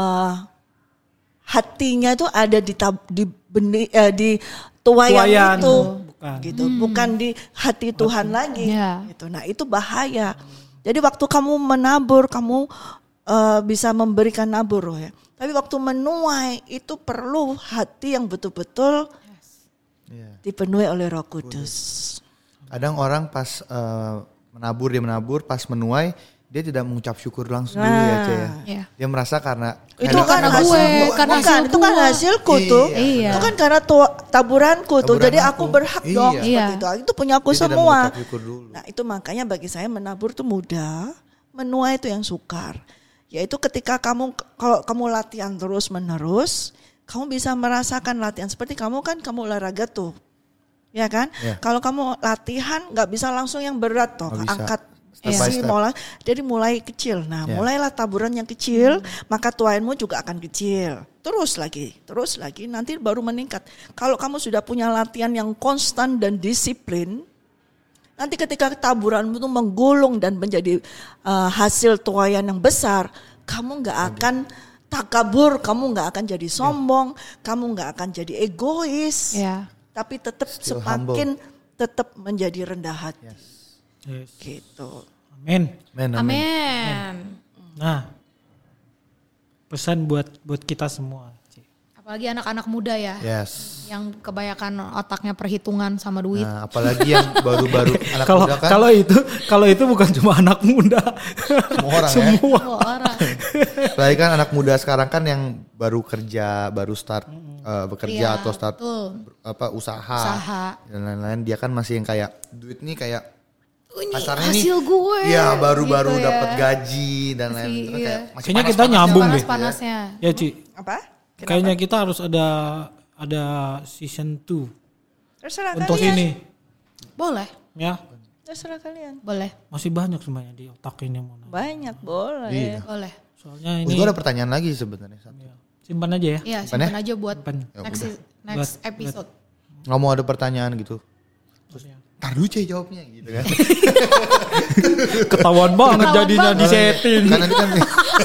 hatinya itu ada di benih di tuayan Tuayan. itu. Bukan. Gitu, bukan di hati Tuhan lagi. Ya. Gitu. Nah, itu bahaya. Jadi waktu kamu menabur, kamu bisa memberikan nabur ya. Tapi waktu menuai itu perlu hati yang betul-betul Iya. dipenuhi oleh Roh Kudus. Kadang orang pas dia menabur, pas menuai dia tidak mengucap syukur langsung dulu ya, Ce ya. Iya. Dia merasa karena Itu karena hasil gue, gua. karena Bukan, hasil itu kan gua. hasilku tuh. Iya. Itu kan karena taburanku tuh. Taburan Jadi aku aku. berhak dong Iya. seperti itu. Itu punya aku Dia tidak semua. mengucap syukur dulu. Nah, itu makanya bagi saya menabur tuh mudah, menuai itu yang sukar. Yaitu ketika kalau kamu latihan terus-menerus, kamu bisa merasakan latihan seperti kamu olahraga tuh. Ya kan? Iya. Kalau kamu latihan nggak bisa langsung yang berat toh, Nggak bisa. angkat Step by isi step. jadi mulai kecil. Nah, Ya. mulailah taburan yang kecil, maka tuainmu juga akan kecil. Terus lagi, nanti baru meningkat. Kalau kamu sudah punya latihan yang konstan dan disiplin, nanti ketika taburanmu itu menggulung dan menjadi hasil tuaian yang besar, kamu nggak akan takabur, kamu nggak akan jadi sombong, kamu nggak akan jadi egois, Ya. tapi tetap Still semakin tetap menjadi rendah hati. Yes. Gitu. Amin. Amin, amin. Amin. Nah, pesan buat kita semua, Ci. Apalagi anak-anak muda ya. Yes. Yang kebanyakan otaknya perhitungan sama duit. Nah, apalagi yang baru-baru anak Kalau muda kan kalau itu bukan cuma anak muda. semua orang ya. Semua. Oh, orang. Apalagi kan anak muda sekarang kan yang baru kerja, baru start bekerja Iya, atau start betul. usaha Usaha. dan lain-lain. Dia kan masih yang kayak duit nih kayak Ini kasarnya hasil nih. gue. Iya, baru-baru gitu ya. dapat gaji dan lain-lain. Masih, Itu kan iya. kayak masih Kayaknya kita panas-panasnya nyambung lah deh. gitu ya. Panas-panasnya. Ya, Ci. Apa? Kayaknya kita harus ada season 2 Terserah untuk kalian. ini. Boleh, Ya, Terserah kalian. boleh, masih banyak sebenarnya di otak ini mau nanya. Banyak boleh. Iya. boleh. Soalnya Terus ini gue ada pertanyaan lagi sebenarnya satu. simpan aja ya. Iya, Simpan ya? simpan aja buat Simpan. Ya next udah. next episode. Nggak mau ada pertanyaan gitu. Maksudnya. Tar dulu Ce jawabnya gitu kan. Ketahuan banget Ketahuan jadinya banget. di setting. Kan nanti kan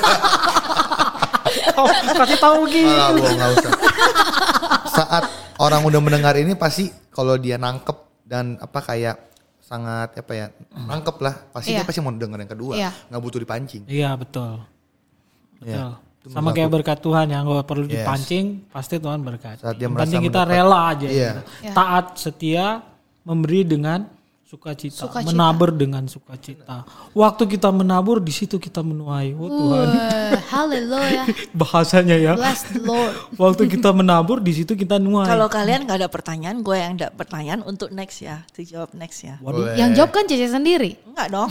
Kasih tahu gitu. malah gua nggak usah. Saat orang udah mendengar ini pasti kalau dia nangkep dan apa kayak sangat apa ya nangkep lah pasti Iya. dia pasti mau denger yang kedua Iya. nggak butuh dipancing. Iya, betul. Iya. Betul. Sama kayak berkat Tuhan yang gak perlu Yes. dipancing, pasti Tuhan berkat. Saat dia Yang merasa penting kita mendapat- rela aja. Iya. gitu. Taat, setia, memberi dengan sukacita, Sukacita. menabur dengan sukacita. Waktu kita menabur di situ kita menuai. Oh Tuhan, Haleluya. bahasanya ya. Bless the Lord. Waktu kita menabur di situ kita nuai. Kalau kalian nggak ada pertanyaan, gue yang ada pertanyaan untuk next ya, dijawab next ya. Waduh, Boleh. Yang jawab kan Cece sendiri. Enggak dong.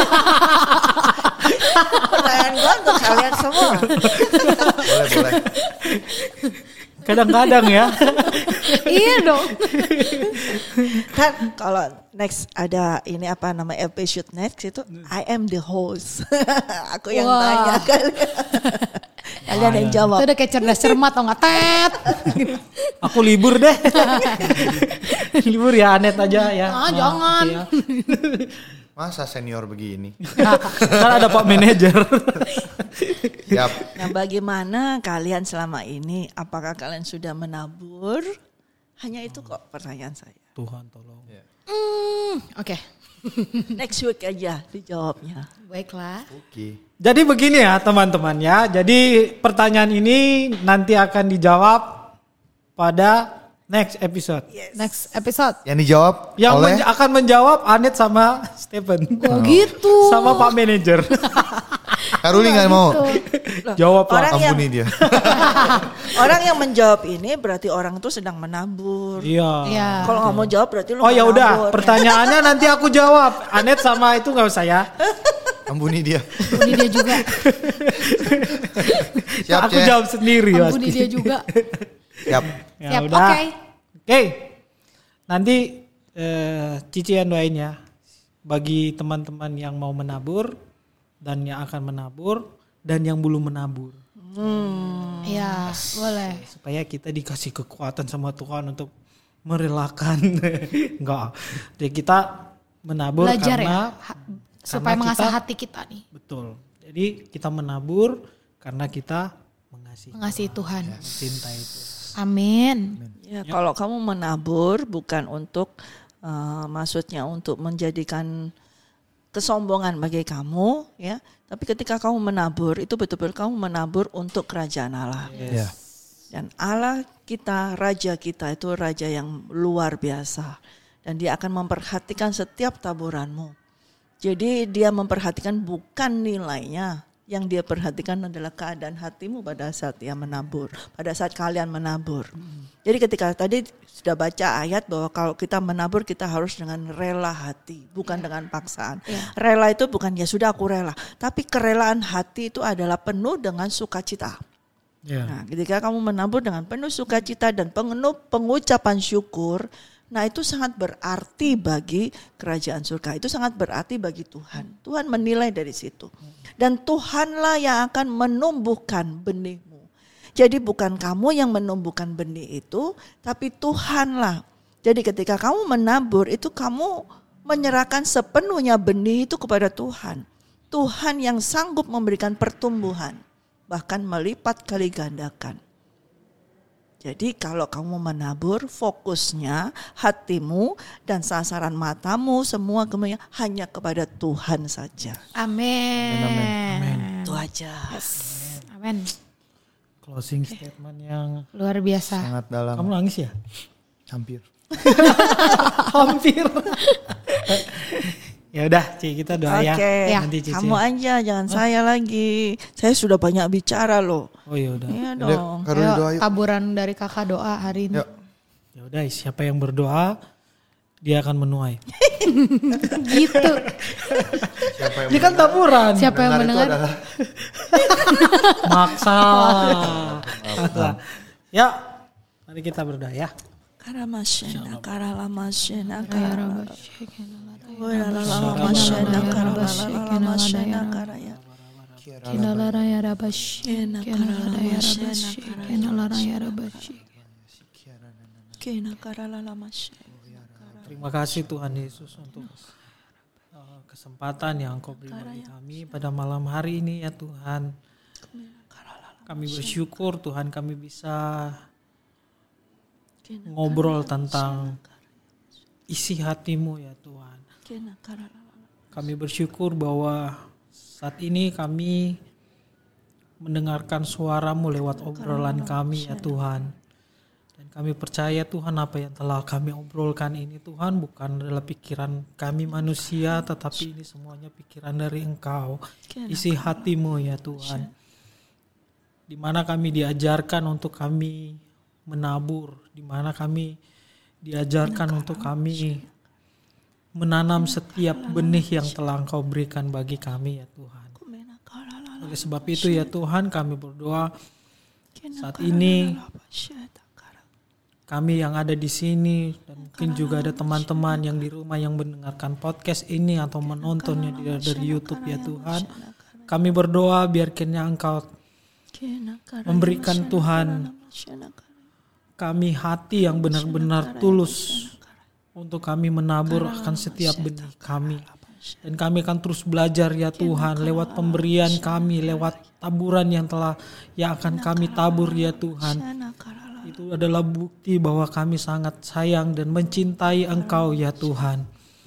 Pertanyaan gue untuk kalian semua. Boleh. kadang-kadang ya. Iya dong. Kan kalau next ada ini apa nama episode next itu I am the host. Aku yang Wah. tanya kalian. Kalian yang jawab. Itu udah kayak cerdas cermat atau nggak tet. Aku libur deh. Libur ya Anet aja ya. Ah, jangan. ya. Masa senior begini? Kan ada Pak Manajer. Siap. Nah, bagaimana kalian selama ini? Apakah kalian sudah menabur? Hanya itu kok pertanyaan saya. Tuhan tolong. Oke. Next week aja dijawabnya. Baiklah. Oke. Jadi begini ya teman-teman ya. Jadi pertanyaan ini nanti akan dijawab pada next episode. Next episode. Yang dijawab Yang oleh akan menjawab Anet sama Stephen. Oh gitu. Sama Pak Manajer. Karuli nggak mau. Jawab lah. Orang yang Ampuni dia. orang yang menjawab ini berarti orang itu sedang menabur. Iya. Iya. Kalau nggak mau jawab berarti lu Oh nggak ya udah, nabur. pertanyaannya nanti aku jawab. Anet sama itu nggak usah ya. Ampuni dia. Ampuni dia juga. Siap, Aku Cek. jawab sendiri Ampuni pasti. dia juga. Siap. Ya Siap. udah. Oke. Oke. Nanti Cici yang doain ya bagi teman-teman yang mau menabur dan yang akan menabur dan yang belum menabur. Iya, boleh. Supaya kita dikasih kekuatan sama Tuhan untuk merelakan. Enggak. Jadi kita menabur Belajar karena ya. Supaya karena mengasah kita- hati kita nih. Betul. Jadi kita menabur karena kita Mengasihi Tuhan. mencintai itu. Amin. Ya, kalau kamu menabur bukan untuk maksudnya untuk menjadikan kesombongan bagi kamu ya, tapi ketika kamu menabur itu betul-betul kamu menabur untuk kerajaan Allah. Ya. Dan Allah kita, raja kita itu raja yang luar biasa dan dia akan memperhatikan setiap taburanmu. Jadi dia memperhatikan bukan nilainya, yang dia perhatikan adalah keadaan hatimu pada saat dia menabur, pada saat kalian menabur. Jadi ketika tadi sudah baca ayat bahwa kalau kita menabur kita harus dengan rela hati, bukan dengan paksaan. Rela itu bukan ya sudah aku rela, tapi kerelaan hati itu adalah penuh dengan sukacita. Ya. Nah, ketika kamu menabur dengan penuh sukacita dan penuh pengucapan syukur, nah itu sangat berarti bagi kerajaan surga. Itu sangat berarti bagi Tuhan. Tuhan menilai dari situ. Dan Tuhanlah yang akan menumbuhkan benihmu. Jadi bukan kamu yang menumbuhkan benih itu, tapi Tuhanlah. Jadi ketika kamu menabur itu kamu menyerahkan sepenuhnya benih itu kepada Tuhan. Tuhan yang sanggup memberikan pertumbuhan, bahkan melipat kali gandakan. Jadi kalau kamu menabur, fokusnya hatimu dan sasaran matamu semua kemudian hanya kepada Tuhan saja. Amin. Itu aja. Amin. Closing statement yang Luar biasa. Sangat dalam. kamu nangis ya? Hampir. Hampir. Ya udah, Ci, kita doa ya. Oke, Nanti Cici. kamu aja jangan saya lagi. Saya sudah banyak bicara loh. Oh ya udah. Iya Udah, dong. Karuli Ayo, doa yuk. taburan dari kakak doa hari ini. Yuk. Ya udah, siapa yang berdoa dia akan menuai. Gitu. Siapa yang Ini kan taburan. Siapa yang mendengar itu mendengar? adalah Maksa. Maksa. Ya, mari kita berdoa ya. Karamashena, karalamashena, Terima kasih Tuhan Yesus untuk kesempatan yang Engkau beri bagi kami pada malam hari ini ya Tuhan. Kami bersyukur Tuhan kami bisa ngobrol tentang isi hatimu ya Tuhan. Kami bersyukur bahwa saat ini kami mendengarkan suara-Mu lewat obrolan kami ya Tuhan. Dan kami percaya Tuhan apa yang telah kami obrolkan ini Tuhan bukan adalah pikiran kami manusia tetapi ini semuanya pikiran dari Engkau. Isi hatimu ya Tuhan. Di mana kami diajarkan untuk kami menabur, di mana kami diajarkan untuk kami menanam setiap benih yang telah Engkau berikan bagi kami ya Tuhan. Oleh sebab itu ya Tuhan kami berdoa saat ini kami yang ada di sini dan mungkin juga ada teman-teman yang di rumah yang mendengarkan podcast ini atau menontonnya dari YouTube ya Tuhan. Kami berdoa biar kiranya Engkau memberikan Tuhan kami hati yang benar-benar tulus untuk kami menabur akan setiap benih kami. Dan kami akan terus belajar ya Tuhan lewat pemberian kami, lewat taburan yang akan kami tabur ya Tuhan. Itu adalah bukti bahwa kami sangat sayang dan mencintai Engkau ya Tuhan.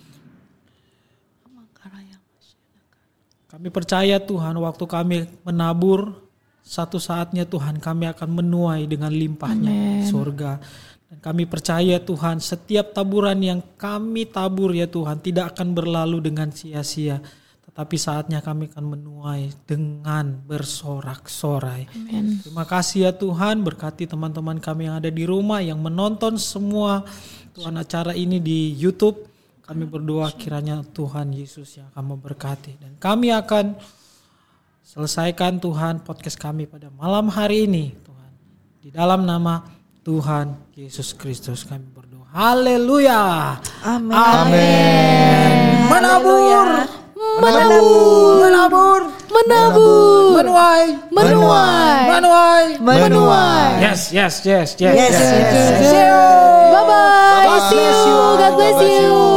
Kami percaya Tuhan waktu kami menabur, satu saatnya Tuhan kami akan menuai dengan limpahnya surga. Dan kami percaya Tuhan setiap taburan yang kami tabur ya Tuhan tidak akan berlalu dengan sia-sia. Tetapi saatnya kami akan menuai dengan bersorak-sorai. Terima kasih ya Tuhan, berkati teman-teman kami yang ada di rumah, yang menonton semua Tuhan acara ini di YouTube. Kami berdoa kiranya Tuhan Yesus yang akan memberkati. Dan kami akan selesaikan Tuhan podcast kami pada malam hari ini Tuhan. Di dalam nama Tuhan Yesus Kristus kami berdoa. Haleluya. Amin. Amin. Menabur. Menabur. Menabur. Menabur. Menuai. Menuai. Menuai. Menuai. Yes. Bye bye. See you. God bless you.